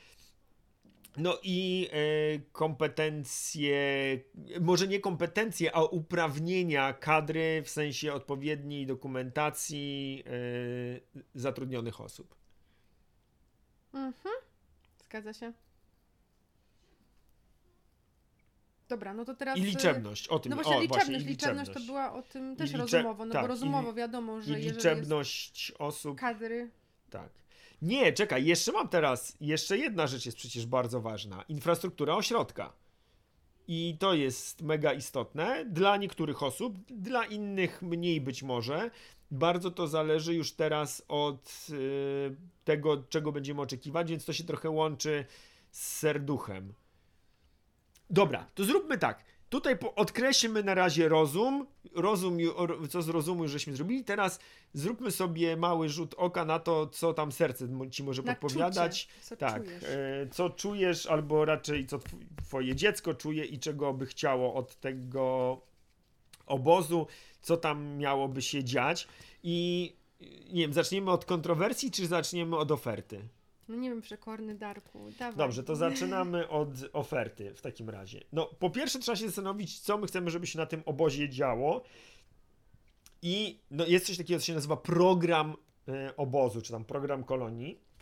No i kompetencje, może nie kompetencje, a uprawnienia kadry w sensie odpowiedniej dokumentacji zatrudnionych osób. Mhm, zgadza się. Dobra, no to teraz... I liczebność, o tym. No właśnie, o, liczebność, właśnie, liczebność, liczebność to była o tym też licze... rozumowo, no tak, bo rozumowo i, wiadomo, że i jeżeli liczebność jest osób... kadry... Tak. Nie, czekaj, jeszcze mam teraz, jeszcze jedna rzecz jest przecież bardzo ważna. Infrastruktura ośrodka. I to jest mega istotne dla niektórych osób, dla innych mniej być może. Bardzo to zależy już teraz od y, tego, czego będziemy oczekiwać, więc to się trochę łączy z serduchem. Dobra, to zróbmy tak. Tutaj odkreślmy na razie rozum. Rozum, co z rozumu już żeśmy zrobili. Teraz zróbmy sobie mały rzut oka na to, co tam serce ci może na podpowiadać. Czucie, co tak, czujesz. E, co czujesz, albo raczej co twoje dziecko czuje i czego by chciało od tego obozu, co tam miałoby się dziać. I nie wiem, zaczniemy od kontrowersji, czy zaczniemy od oferty? No nie wiem, przekorny Darku, dawaj. Dobrze, to zaczynamy od oferty w takim razie. No, po pierwsze trzeba się zastanowić, co my chcemy, żeby się na tym obozie działo. I no, jest coś takiego, co się nazywa program y, obozu, czy tam program kolonii.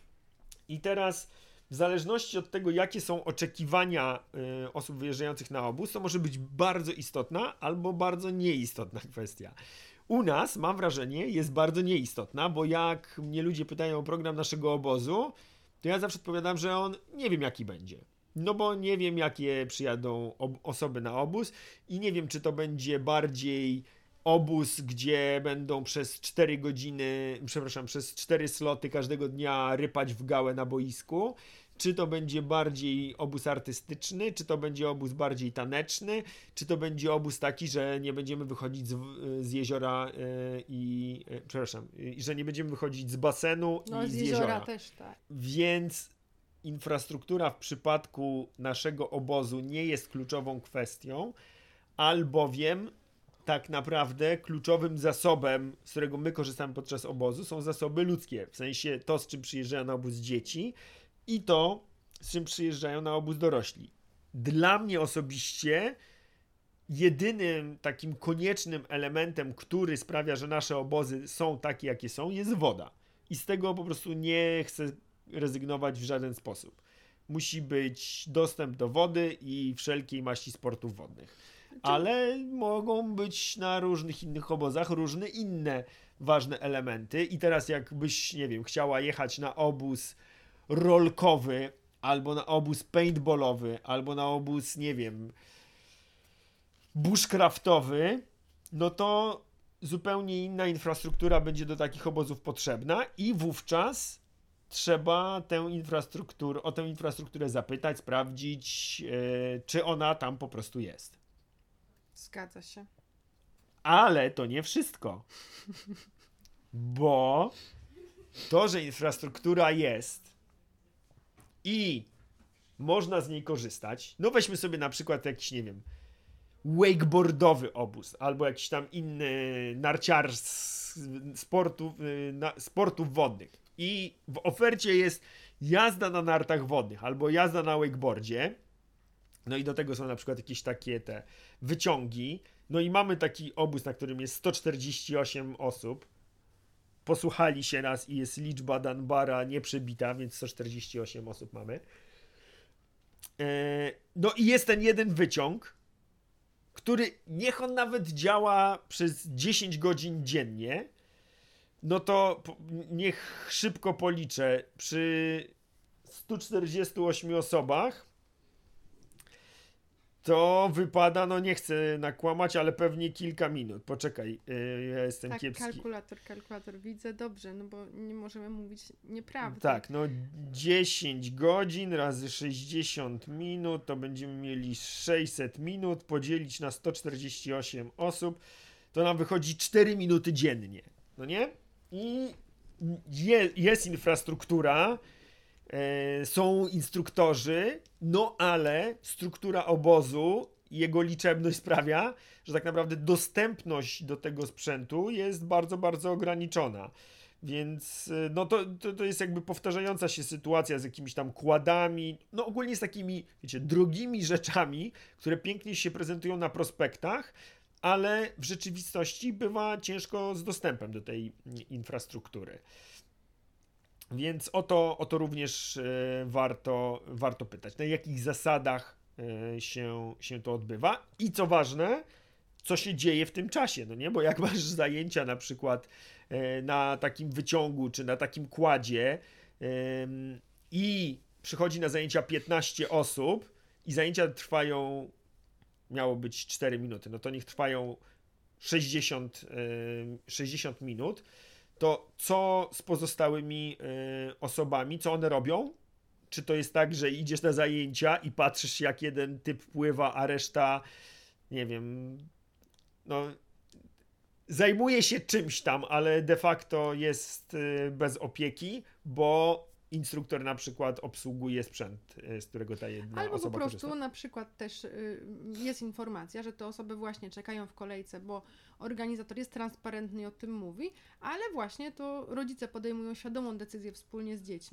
I teraz w zależności od tego, jakie są oczekiwania y, osób wyjeżdżających na obóz, to może być bardzo istotna albo bardzo nieistotna kwestia. U nas, mam wrażenie, jest bardzo nieistotna, bo jak mnie ludzie pytają o program naszego obozu, to ja zawsze odpowiadam, że on nie wiem jaki będzie. No bo nie wiem jakie przyjadą osoby na obóz i nie wiem czy to będzie bardziej obóz, gdzie będą przez cztery godziny, przepraszam, przez cztery sloty każdego dnia rypać w gałę na boisku, czy to będzie bardziej obóz artystyczny, czy to będzie obóz bardziej taneczny, czy to będzie obóz taki, że nie będziemy wychodzić z, z jeziora yy, i, yy, przepraszam, yy, że nie będziemy wychodzić z basenu no, i z, z jeziora. jeziora też, tak. Więc infrastruktura w przypadku naszego obozu nie jest kluczową kwestią, albowiem tak naprawdę kluczowym zasobem, z którego my korzystamy podczas obozu, są zasoby ludzkie. W sensie to, z czym przyjeżdżają na obóz dzieci i to, z czym przyjeżdżają na obóz dorośli. Dla mnie osobiście jedynym takim koniecznym elementem, który sprawia, że nasze obozy są takie, jakie są, jest woda. I z tego po prostu nie chcę rezygnować w żaden sposób. Musi być dostęp do wody i wszelkiej maści sportów wodnych. Ale mogą być na różnych innych obozach różne inne ważne elementy. I teraz jakbyś, nie wiem, chciała jechać na obóz rolkowy, albo na obóz paintballowy, albo na obóz, nie wiem, bushcraftowy, no to zupełnie inna infrastruktura będzie do takich obozów potrzebna i wówczas trzeba tę infrastrukturę, o tę infrastrukturę zapytać, sprawdzić, yy, czy ona tam po prostu jest. Zgadza się. Ale to nie wszystko. Bo to, że infrastruktura jest i można z niej korzystać, no weźmy sobie na przykład jakiś, nie wiem, wakeboardowy obóz, albo jakiś tam inny narciar sportów, sportów wodnych. I w ofercie jest jazda na nartach wodnych, albo jazda na wakeboardzie. No i do tego są na przykład jakieś takie te wyciągi. No i mamy taki obóz, na którym jest sto czterdzieści osiem osób. Posłuchali się nas i jest liczba Dunbara nieprzebita, więc sto czterdzieści osiem osób mamy. No i jest ten jeden wyciąg, który niech on nawet działa przez dziesięć godzin dziennie, no to niech szybko policzę. Przy stu czterdziestu ośmiu osobach to wypada, no nie chcę nakłamać, ale pewnie kilka minut. Poczekaj, yy, ja jestem tak, kiepski. kalkulator, kalkulator, widzę dobrze, no bo nie możemy mówić nieprawdy. Tak, no dziesięć godzin razy sześćdziesiąt minut, to będziemy mieli sześćset minut, podzielić na sto czterdzieści osiem osób, to nam wychodzi cztery minuty dziennie, no nie? I je, jest infrastruktura, e, są instruktorzy, no ale struktura obozu, jego liczebność sprawia, że tak naprawdę dostępność do tego sprzętu jest bardzo, bardzo ograniczona. Więc no to, to, to jest jakby powtarzająca się sytuacja z jakimiś tam kładami, no ogólnie z takimi, wiecie, drogimi rzeczami, które pięknie się prezentują na prospektach, ale w rzeczywistości bywa ciężko z dostępem do tej infrastruktury. Więc o to, o to również e, warto, warto pytać, na jakich zasadach e, się, się to odbywa i co ważne, co się dzieje w tym czasie, no nie? Bo jak masz zajęcia na przykład e, na takim wyciągu, czy na takim kładzie e, i przychodzi na zajęcia piętnaście osób i zajęcia trwają, miało być cztery minuty, no to niech trwają sześćdziesiąt, e, sześćdziesiąt minut, to co z pozostałymi y, osobami, co one robią? Czy to jest tak, że idziesz na zajęcia i patrzysz, jak jeden typ pływa, a reszta, nie wiem, no, zajmuje się czymś tam, ale de facto jest y, bez opieki, bo instruktor na przykład obsługuje sprzęt, z którego ta jedna Albo osoba po prostu korzysta. na przykład też y, jest informacja, że te osoby właśnie czekają w kolejce, bo organizator jest transparentny i o tym mówi, ale właśnie to rodzice podejmują świadomą decyzję wspólnie z dziećmi,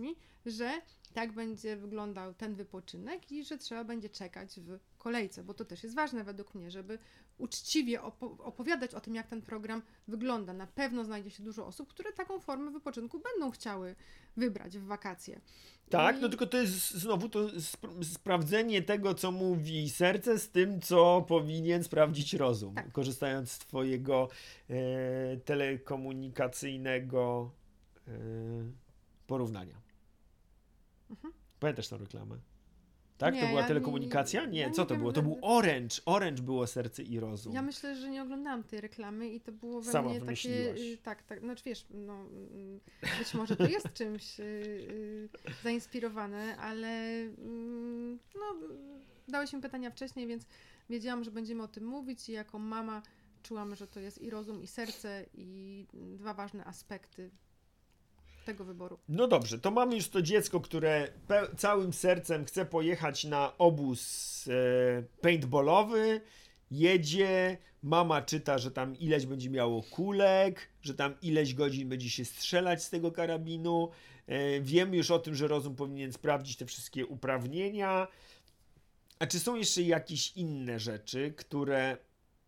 że tak będzie wyglądał ten wypoczynek i że trzeba będzie czekać w kolejce, bo to też jest ważne według mnie, żeby uczciwie opo- opowiadać o tym, jak ten program wygląda. Na pewno znajdzie się dużo osób, które taką formę wypoczynku będą chciały wybrać w wakacje. Tak, I... no tylko to jest znowu to sp- sprawdzenie tego, co mówi serce z tym, co powinien sprawdzić rozum, Tak. korzystając z twojego e, telekomunikacyjnego e, porównania. Mhm. Pamiętasz tę reklamę? Tak? Nie, to była ja telekomunikacja? nie- Nie, ja co nie to wiem, było? To że- był Orange. Orange było serce i rozum. Ja myślę, że nie oglądałam tej reklamy i to było we Sama mnie takie, wymyśliłaś. y, tak, tak, znaczy wiesz, no, mm, być może to jest czymś y, y, zainspirowane, ale mm, no, dałeś mi pytania wcześniej, więc wiedziałam, że będziemy o tym mówić i jako mama czułam, że to jest i rozum, i serce, i dwa ważne aspekty tego wyboru. No dobrze, to mamy już to dziecko, które pe- całym sercem chce pojechać na obóz e, paintballowy, jedzie, mama czyta, że tam ileś będzie miało kulek, że tam ileś godzin będzie się strzelać z tego karabinu. E, wiemy już o tym, że rozum powinien sprawdzić te wszystkie uprawnienia. A czy są jeszcze jakieś inne rzeczy, które e,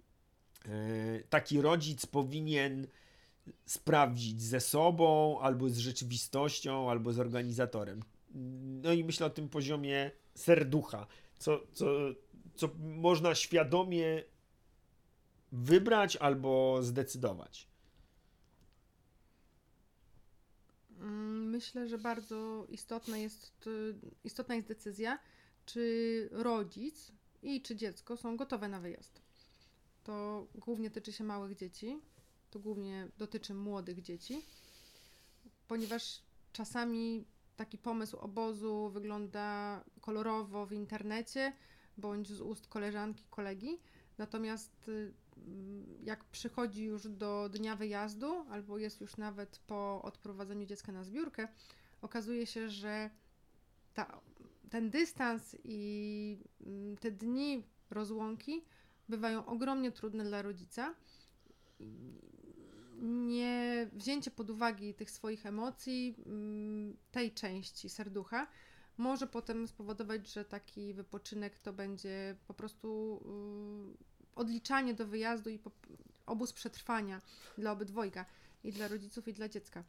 taki rodzic powinien sprawdzić ze sobą, albo z rzeczywistością, albo z organizatorem? No i myślę o tym poziomie serducha, co, co, co można świadomie wybrać albo zdecydować. Mm, Myślę, że bardzo istotna jest, y, istotna jest decyzja, czy rodzic i czy dziecko są gotowe na wyjazd. To głównie tyczy się małych dzieci, to głównie dotyczy młodych dzieci, ponieważ czasami taki pomysł obozu wygląda kolorowo w internecie bądź z ust koleżanki, kolegi, natomiast y, jak przychodzi już do dnia wyjazdu, albo jest już nawet po odprowadzeniu dziecka na zbiórkę, okazuje się, że ta, ten dystans i mm, te dni rozłąki bywają ogromnie trudne dla rodzica. Nie wzięcie pod uwagę tych swoich emocji, mm, tej części serducha, może potem spowodować, że taki wypoczynek to będzie po prostu y, odliczanie do wyjazdu i po, obóz przetrwania dla obydwojga, i dla rodziców, i dla dziecka.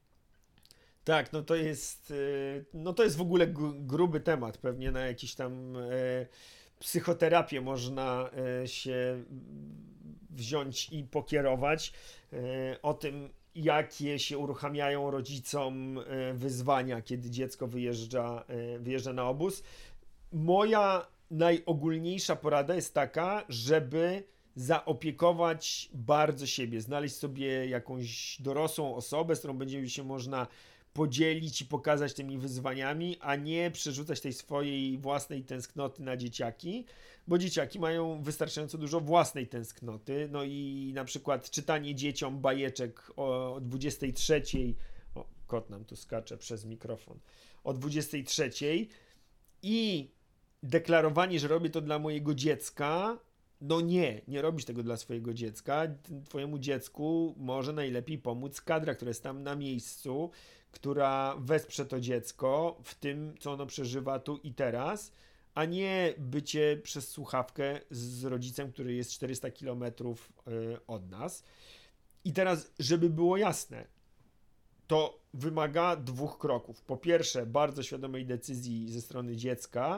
Tak, no to jest, y, no to jest w ogóle gru- gruby temat, pewnie na jakiś tam e, psychoterapię można e, się wziąć i pokierować e, o tym, jakie się uruchamiają rodzicom e, wyzwania, kiedy dziecko wyjeżdża, e, wyjeżdża na obóz. Moja najogólniejsza porada jest taka, żeby zaopiekować bardzo siebie, znaleźć sobie jakąś dorosłą osobę, z którą będzie się można podzielić i pokazać tymi wyzwaniami, a nie przerzucać tej swojej własnej tęsknoty na dzieciaki, bo dzieciaki mają wystarczająco dużo własnej tęsknoty, no i na przykład czytanie dzieciom bajeczek o dwudziestej trzeciej, o, kot nam tu skacze przez mikrofon, o dwudziestej trzeciej i deklarowanie, że robię to dla mojego dziecka, no nie, nie robisz tego dla swojego dziecka. Twojemu dziecku może najlepiej pomóc kadra, która jest tam na miejscu, która wesprze to dziecko w tym, co ono przeżywa tu i teraz, a nie bycie przez słuchawkę z rodzicem, który jest czterysta kilometrów od nas. I teraz, żeby było jasne, to wymaga dwóch kroków. Po pierwsze, bardzo świadomej decyzji ze strony dziecka,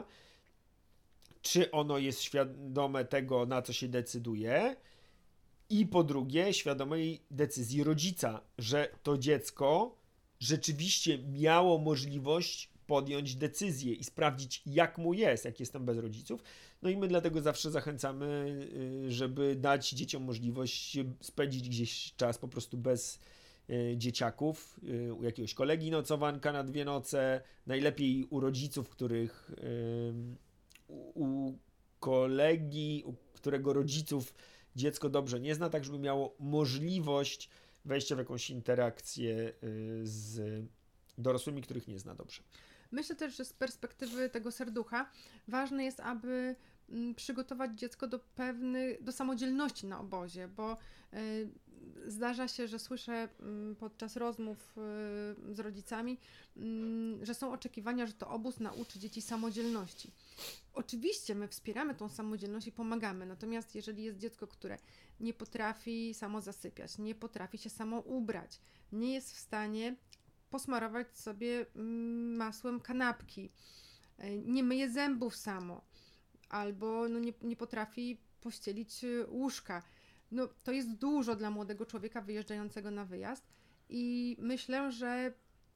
czy ono jest świadome tego, na co się decyduje, i po drugie, świadomej decyzji rodzica, że to dziecko rzeczywiście miało możliwość podjąć decyzję i sprawdzić, jak mu jest, jak jest tam bez rodziców. No i my dlatego zawsze zachęcamy, żeby dać dzieciom możliwość spędzić gdzieś czas po prostu bez dzieciaków, u jakiegoś kolegi nocowanka na dwie noce, najlepiej u rodziców, których u kolegi, u którego rodziców dziecko dobrze nie zna, tak żeby miało możliwość wejścia w jakąś interakcję z dorosłymi, których nie zna dobrze. Myślę też, że z perspektywy tego serducha ważne jest, aby przygotować dziecko do pewnej, do samodzielności na obozie, bo y, zdarza się, że słyszę podczas rozmów z rodzicami, że są oczekiwania, że to obóz nauczy dzieci samodzielności. Oczywiście my wspieramy tą samodzielność i pomagamy, natomiast jeżeli jest dziecko, które nie potrafi samo zasypiać, nie potrafi się samo ubrać, nie jest w stanie posmarować sobie masłem kanapki, nie myje zębów samo, albo no nie, nie potrafi pościelić łóżka, no to jest dużo dla młodego człowieka wyjeżdżającego na wyjazd i myślę, że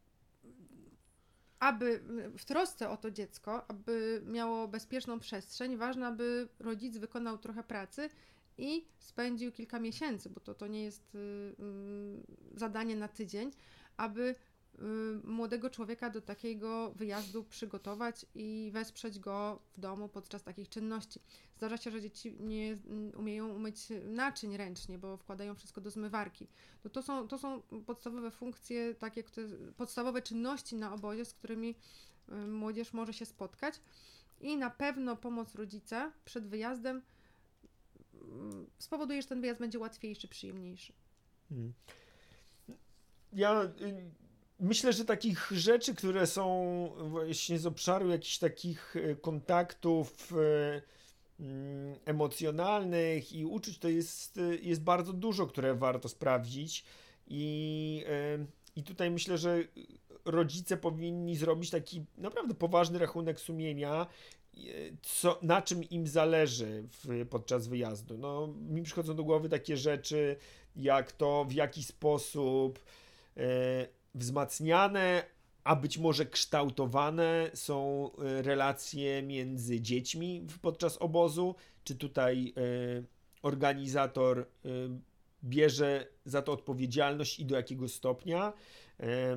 aby w trosce o to dziecko, aby miało bezpieczną przestrzeń, ważne, aby rodzic wykonał trochę pracy i spędził kilka miesięcy, bo to, to nie jest y, y, zadanie na tydzień, aby y, młodego człowieka do takiego wyjazdu przygotować i wesprzeć go w domu podczas takich czynności. Zdarza się, że dzieci nie umieją umyć naczyń ręcznie, bo wkładają wszystko do zmywarki. No to są, to są podstawowe funkcje, takie które, podstawowe czynności na obozie, z którymi y, młodzież może się spotkać i na pewno pomoc rodzica przed wyjazdem spowoduje, że ten wyjazd będzie łatwiejszy, przyjemniejszy. Hmm. Ja y, myślę, że takich rzeczy, które są właśnie z obszaru jakichś takich kontaktów y, y, emocjonalnych i uczuć, to jest, jest bardzo dużo, które warto sprawdzić i, y, i tutaj myślę, że rodzice powinni zrobić taki naprawdę poważny rachunek sumienia, co, na czym im zależy w, podczas wyjazdu. No, mi przychodzą do głowy takie rzeczy, jak to, w jaki sposób e, wzmacniane, a być może kształtowane są relacje między dziećmi podczas obozu, czy tutaj e, organizator e, bierze za to odpowiedzialność i do jakiego stopnia, e,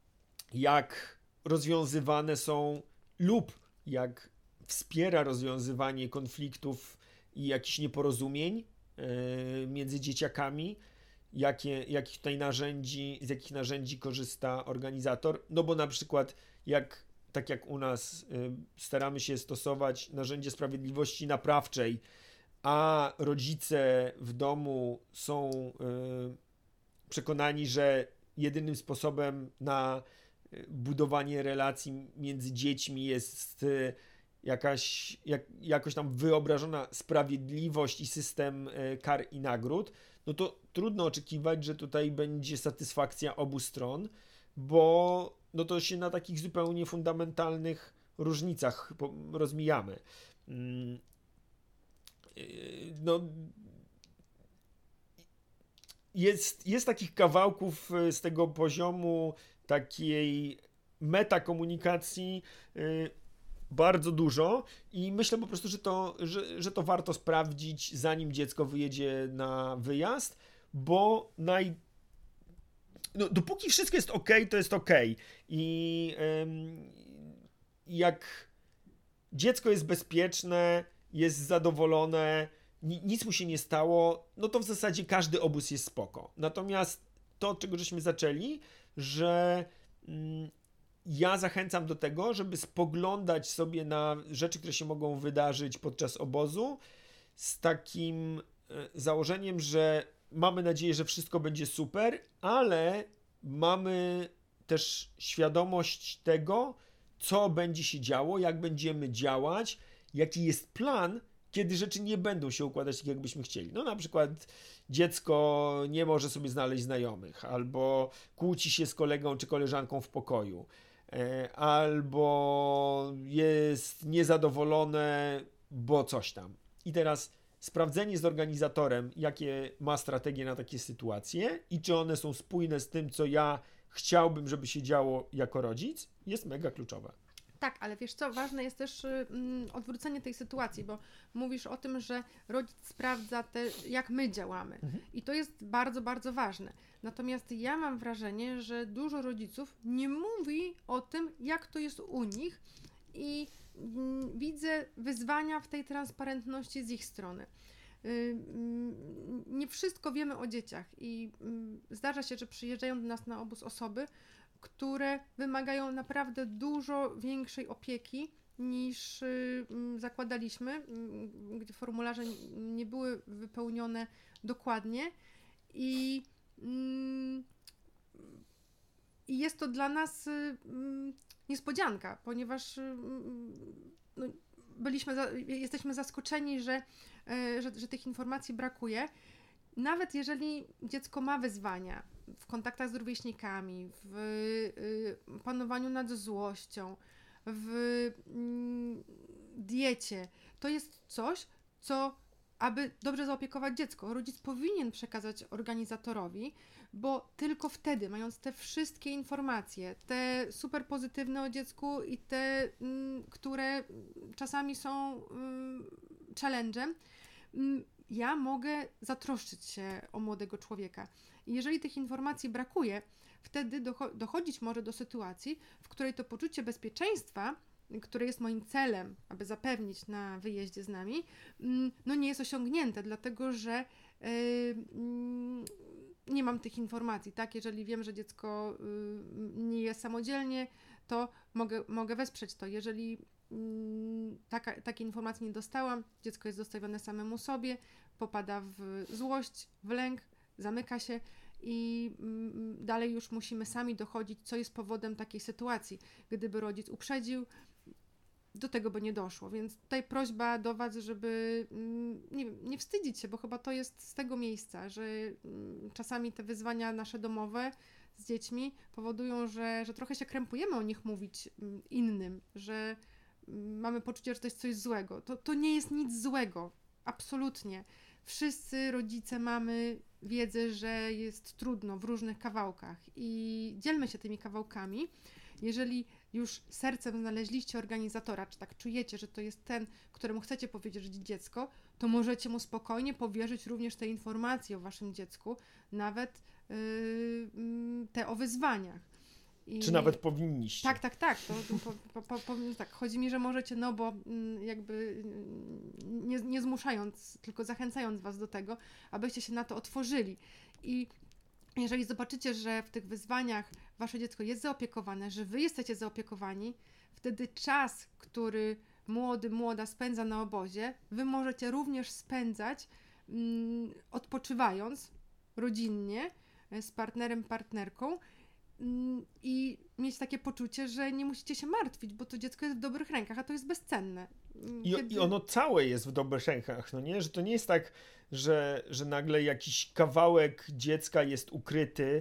jak rozwiązywane są lub jak wspiera rozwiązywanie konfliktów i jakichś nieporozumień yy, między dzieciakami, jakie, jakich tutaj narzędzi, z jakich narzędzi korzysta organizator, no bo na przykład jak, tak jak u nas yy, staramy się stosować narzędzie sprawiedliwości naprawczej, a rodzice w domu są yy, przekonani, że jedynym sposobem na budowanie relacji między dziećmi jest yy, jakaś, jak, jakoś tam wyobrażona sprawiedliwość i system kar i nagród, no to trudno oczekiwać, że tutaj będzie satysfakcja obu stron, bo no to się na takich zupełnie fundamentalnych różnicach rozmijamy. No, jest, jest takich kawałków z tego poziomu takiej metakomunikacji bardzo dużo i myślę po prostu, że to, że, że to warto sprawdzić, zanim dziecko wyjedzie na wyjazd, bo naj... no, dopóki wszystko jest ok, to jest ok. I ym, jak dziecko jest bezpieczne, jest zadowolone, ni- nic mu się nie stało, no to w zasadzie każdy obóz jest spoko. Natomiast to, od czego żeśmy zaczęli, że ym, ja zachęcam do tego, żeby spoglądać sobie na rzeczy, które się mogą wydarzyć podczas obozu z takim założeniem, że mamy nadzieję, że wszystko będzie super, ale mamy też świadomość tego, co będzie się działo, jak będziemy działać, jaki jest plan, kiedy rzeczy nie będą się układać tak, jakbyśmy chcieli. No na przykład dziecko nie może sobie znaleźć znajomych, albo kłóci się z kolegą czy koleżanką w pokoju, albo jest niezadowolone, bo coś tam. I teraz sprawdzenie z organizatorem, jakie ma strategie na takie sytuacje i czy one są spójne z tym, co ja chciałbym, żeby się działo jako rodzic, jest mega kluczowe. Tak, ale wiesz co, ważne jest też mm, odwrócenie tej sytuacji, bo mówisz o tym, że rodzic sprawdza te, jak my działamy. Mhm. I to jest bardzo, bardzo ważne. Natomiast ja mam wrażenie, że dużo rodziców nie mówi o tym, jak to jest u nich i mm, widzę wyzwania w tej transparentności z ich strony. Yy, nie wszystko wiemy o dzieciach i yy, zdarza się, że przyjeżdżają do nas na obóz osoby, które wymagają naprawdę dużo większej opieki niż y, zakładaliśmy, y, gdy formularze nie były wypełnione dokładnie i I jest to dla nas niespodzianka, ponieważ no, byliśmy, za, jesteśmy zaskoczeni, że, że, że tych informacji brakuje. Nawet jeżeli dziecko ma wyzwania w kontaktach z rówieśnikami, w y, panowaniu nad złością, w y, diecie, to jest coś, co, aby dobrze zaopiekować dziecko, rodzic powinien przekazać organizatorowi, bo tylko wtedy, mając te wszystkie informacje, te super pozytywne o dziecku i te, y, które czasami są y, challenge'em, y, ja mogę zatroszczyć się o młodego człowieka. I jeżeli tych informacji brakuje, wtedy docho- dochodzić może do sytuacji, w której to poczucie bezpieczeństwa, które jest moim celem, aby zapewnić na wyjeździe z nami, no nie jest osiągnięte, dlatego że yy, yy, nie mam tych informacji, tak? Jeżeli wiem, że dziecko yy, nie jest samodzielnie, to mogę, mogę wesprzeć to. Jeżeli Taka, takiej informacji nie dostałam, dziecko jest zostawione samemu sobie, popada w złość, w lęk, zamyka się i mm, dalej już musimy sami dochodzić, co jest powodem takiej sytuacji. Gdyby rodzic uprzedził, do tego by nie doszło, więc tutaj prośba do Was, żeby mm, nie wiem, nie wstydzić się, bo chyba to jest z tego miejsca, że mm, czasami te wyzwania nasze domowe z dziećmi powodują, że, że trochę się krępujemy o nich mówić mm, innym, że mamy poczucie, że to jest coś złego. To, to nie jest nic złego. Absolutnie. Wszyscy rodzice mamy wiedzę, że jest trudno w różnych kawałkach i dzielmy się tymi kawałkami. Jeżeli już sercem znaleźliście organizatora, czy tak czujecie, że to jest ten, któremu chcecie powierzyć dziecko, to możecie mu spokojnie powierzyć również te informacje o waszym dziecku, nawet yy, te o wyzwaniach. I... Czy nawet powinniście. Tak, tak, tak. To, po, po, po, po, tak. Chodzi mi, że możecie, no bo jakby nie, nie zmuszając, tylko zachęcając Was do tego, abyście się na to otworzyli. I jeżeli zobaczycie, że w tych wyzwaniach Wasze dziecko jest zaopiekowane, że Wy jesteście zaopiekowani, wtedy czas, który młody, młoda spędza na obozie, Wy możecie również spędzać mm, odpoczywając rodzinnie z partnerem, partnerką, i mieć takie poczucie, że nie musicie się martwić, bo to dziecko jest w dobrych rękach, a to jest bezcenne. Kiedy... I ono całe jest w dobrych rękach, no nie? Że to nie jest tak, że, że nagle jakiś kawałek dziecka jest ukryty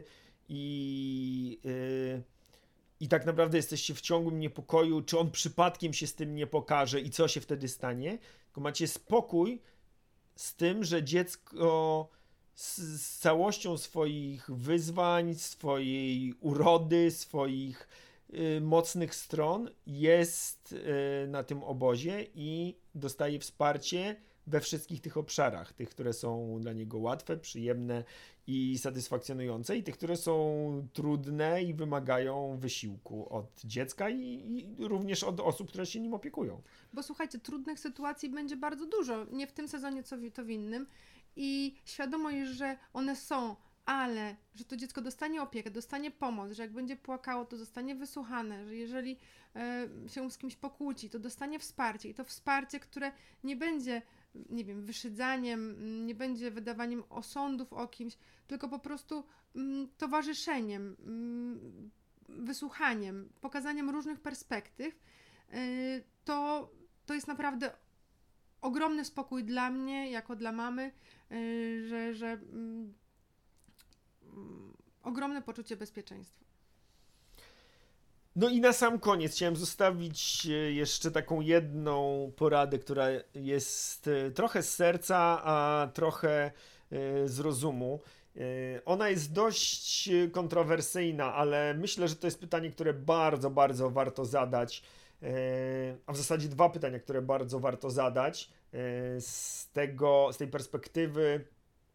i, yy, i tak naprawdę jesteście w ciągłym niepokoju, czy on przypadkiem się z tym nie pokaże i co się wtedy stanie, tylko macie spokój z tym, że dziecko z, z całością swoich wyzwań, swojej urody, swoich y, mocnych stron jest y, na tym obozie i dostaje wsparcie we wszystkich tych obszarach, tych, które są dla niego łatwe, przyjemne i satysfakcjonujące, i tych, które są trudne i wymagają wysiłku od dziecka i, i również od osób, które się nim opiekują. Bo słuchajcie, trudnych sytuacji będzie bardzo dużo, nie w tym sezonie, co w, to w innym, i świadomość, że one są, ale że to dziecko dostanie opiekę, dostanie pomoc, że jak będzie płakało, to zostanie wysłuchane, że jeżeli e, się z kimś pokłóci, to dostanie wsparcie, i to wsparcie, które nie będzie, nie wiem, wyszydzaniem, nie będzie wydawaniem osądów o kimś, tylko po prostu mm, towarzyszeniem, mm, wysłuchaniem, pokazaniem różnych perspektyw, yy, to, to jest naprawdę ogromny spokój dla mnie, jako dla mamy, yy, że, że yy, ogromne poczucie bezpieczeństwa. No i na sam koniec chciałem zostawić jeszcze taką jedną poradę, która jest trochę z serca, a trochę z rozumu. Ona jest dość kontrowersyjna, ale myślę, że to jest pytanie, które bardzo, bardzo warto zadać, a w zasadzie dwa pytania, które bardzo warto zadać z tego, z tej perspektywy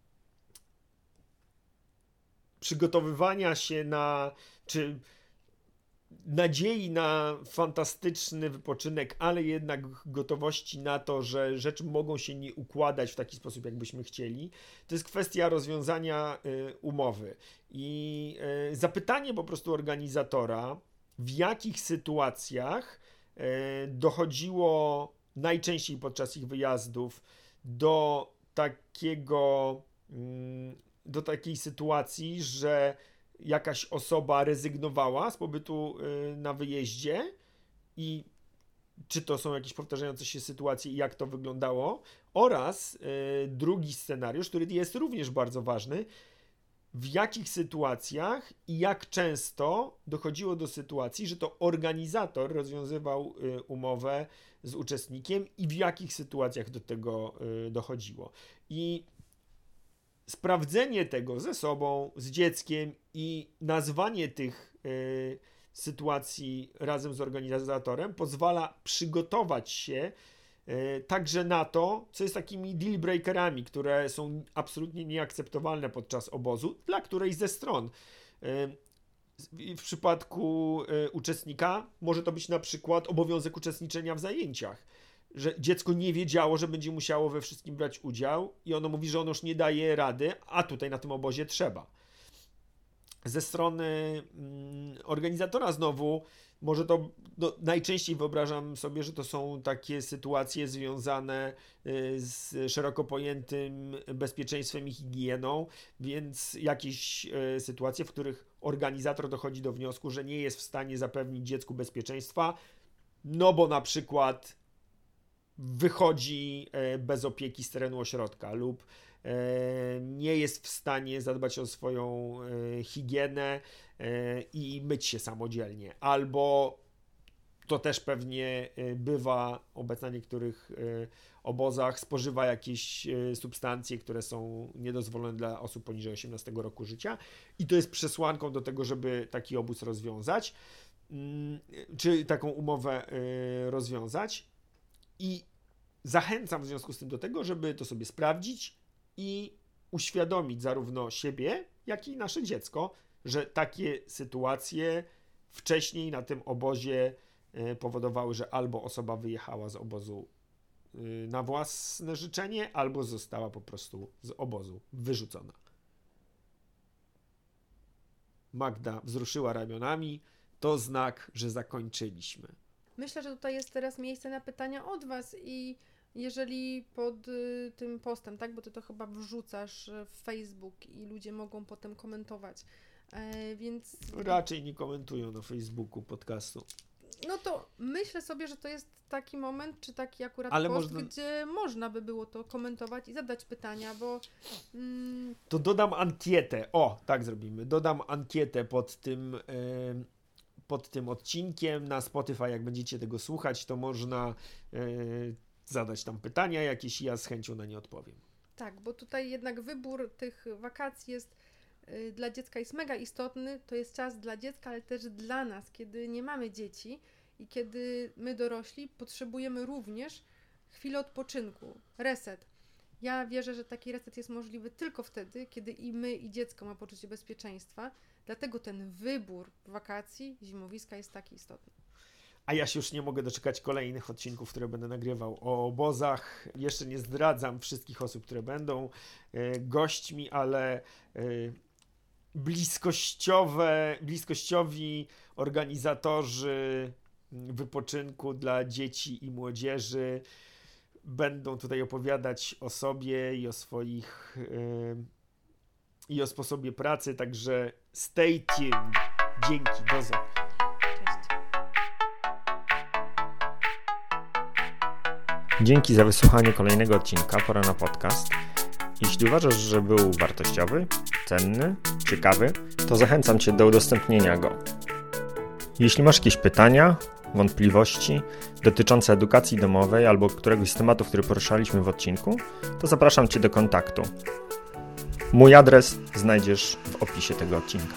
przygotowywania się na, czy nadziei na fantastyczny wypoczynek, ale jednak gotowości na to, że rzeczy mogą się nie układać w taki sposób, jakbyśmy chcieli. To jest kwestia rozwiązania y, umowy i y, zapytanie po prostu organizatora, w jakich sytuacjach y, dochodziło najczęściej podczas ich wyjazdów do takiego y, do takiej sytuacji, że jakaś osoba rezygnowała z pobytu na wyjeździe i czy to są jakieś powtarzające się sytuacje i jak to wyglądało, oraz drugi scenariusz, który jest również bardzo ważny, w jakich sytuacjach i jak często dochodziło do sytuacji, że to organizator rozwiązywał umowę z uczestnikiem i w jakich sytuacjach do tego dochodziło. I sprawdzenie tego ze sobą, z dzieckiem i nazwanie tych y, sytuacji razem z organizatorem pozwala przygotować się y, także na to, co jest takimi deal breakerami, które są absolutnie nieakceptowalne podczas obozu dla którejś ze stron. Y, w przypadku y, uczestnika może to być na przykład obowiązek uczestniczenia w zajęciach, że dziecko nie wiedziało, że będzie musiało we wszystkim brać udział i ono mówi, że ono już nie daje rady, a tutaj na tym obozie trzeba. Ze strony mm, organizatora znowu, może to no, najczęściej wyobrażam sobie, że to są takie sytuacje związane y, z szeroko pojętym bezpieczeństwem i higieną, więc jakieś y, sytuacje, w których organizator dochodzi do wniosku, że nie jest w stanie zapewnić dziecku bezpieczeństwa, no bo na przykład wychodzi bez opieki z terenu ośrodka lub nie jest w stanie zadbać o swoją higienę i myć się samodzielnie. Albo to też pewnie bywa obecnie na niektórych obozach, spożywa jakieś substancje, które są niedozwolone dla osób poniżej osiemnastego roku życia i to jest przesłanką do tego, żeby taki obóz rozwiązać, czy taką umowę rozwiązać. I zachęcam w związku z tym do tego, żeby to sobie sprawdzić i uświadomić zarówno siebie, jak i nasze dziecko, że takie sytuacje wcześniej na tym obozie powodowały, że albo osoba wyjechała z obozu na własne życzenie, albo została po prostu z obozu wyrzucona. Magda wzruszyła ramionami. To znak, że zakończyliśmy. Myślę, że tutaj jest teraz miejsce na pytania od Was i jeżeli pod y, tym postem, tak, bo Ty to chyba wrzucasz w Facebook i ludzie mogą potem komentować, e, więc... Raczej nie komentują na Facebooku podcastu. No to myślę sobie, że to jest taki moment, czy taki akurat Ale post, można... gdzie można by było to komentować i zadać pytania, bo... Mm... To dodam ankietę, o, tak zrobimy, dodam ankietę pod tym... Yy... pod tym odcinkiem na Spotify, jak będziecie tego słuchać, to można yy, zadać tam pytania jakieś i ja z chęcią na nie odpowiem. Tak, bo tutaj jednak wybór tych wakacji jest yy, dla dziecka jest mega istotny, to jest czas dla dziecka, ale też dla nas, kiedy nie mamy dzieci i kiedy my dorośli potrzebujemy również chwili odpoczynku, reset. Ja wierzę, że taki reset jest możliwy tylko wtedy, kiedy i my, i dziecko ma poczucie bezpieczeństwa. Dlatego ten wybór wakacji, zimowiska jest taki istotny. A ja się już nie mogę doczekać kolejnych odcinków, które będę nagrywał o obozach. Jeszcze nie zdradzam wszystkich osób, które będą e, gośćmi, ale e, bliskościowe, bliskościowi organizatorzy wypoczynku dla dzieci i młodzieży będą tutaj opowiadać o sobie i o swoich e, i o sposobie pracy, także stay tuned. Dzięki, do zobaczenia. Cześć. Dzięki za wysłuchanie kolejnego odcinka Pora na podcast. Jeśli uważasz, że był wartościowy, cenny, ciekawy, to zachęcam Cię do udostępnienia go. Jeśli masz jakieś pytania, wątpliwości dotyczące edukacji domowej albo któregoś z tematów, który poruszaliśmy w odcinku, to zapraszam Cię do kontaktu. Mój adres znajdziesz w opisie tego odcinka.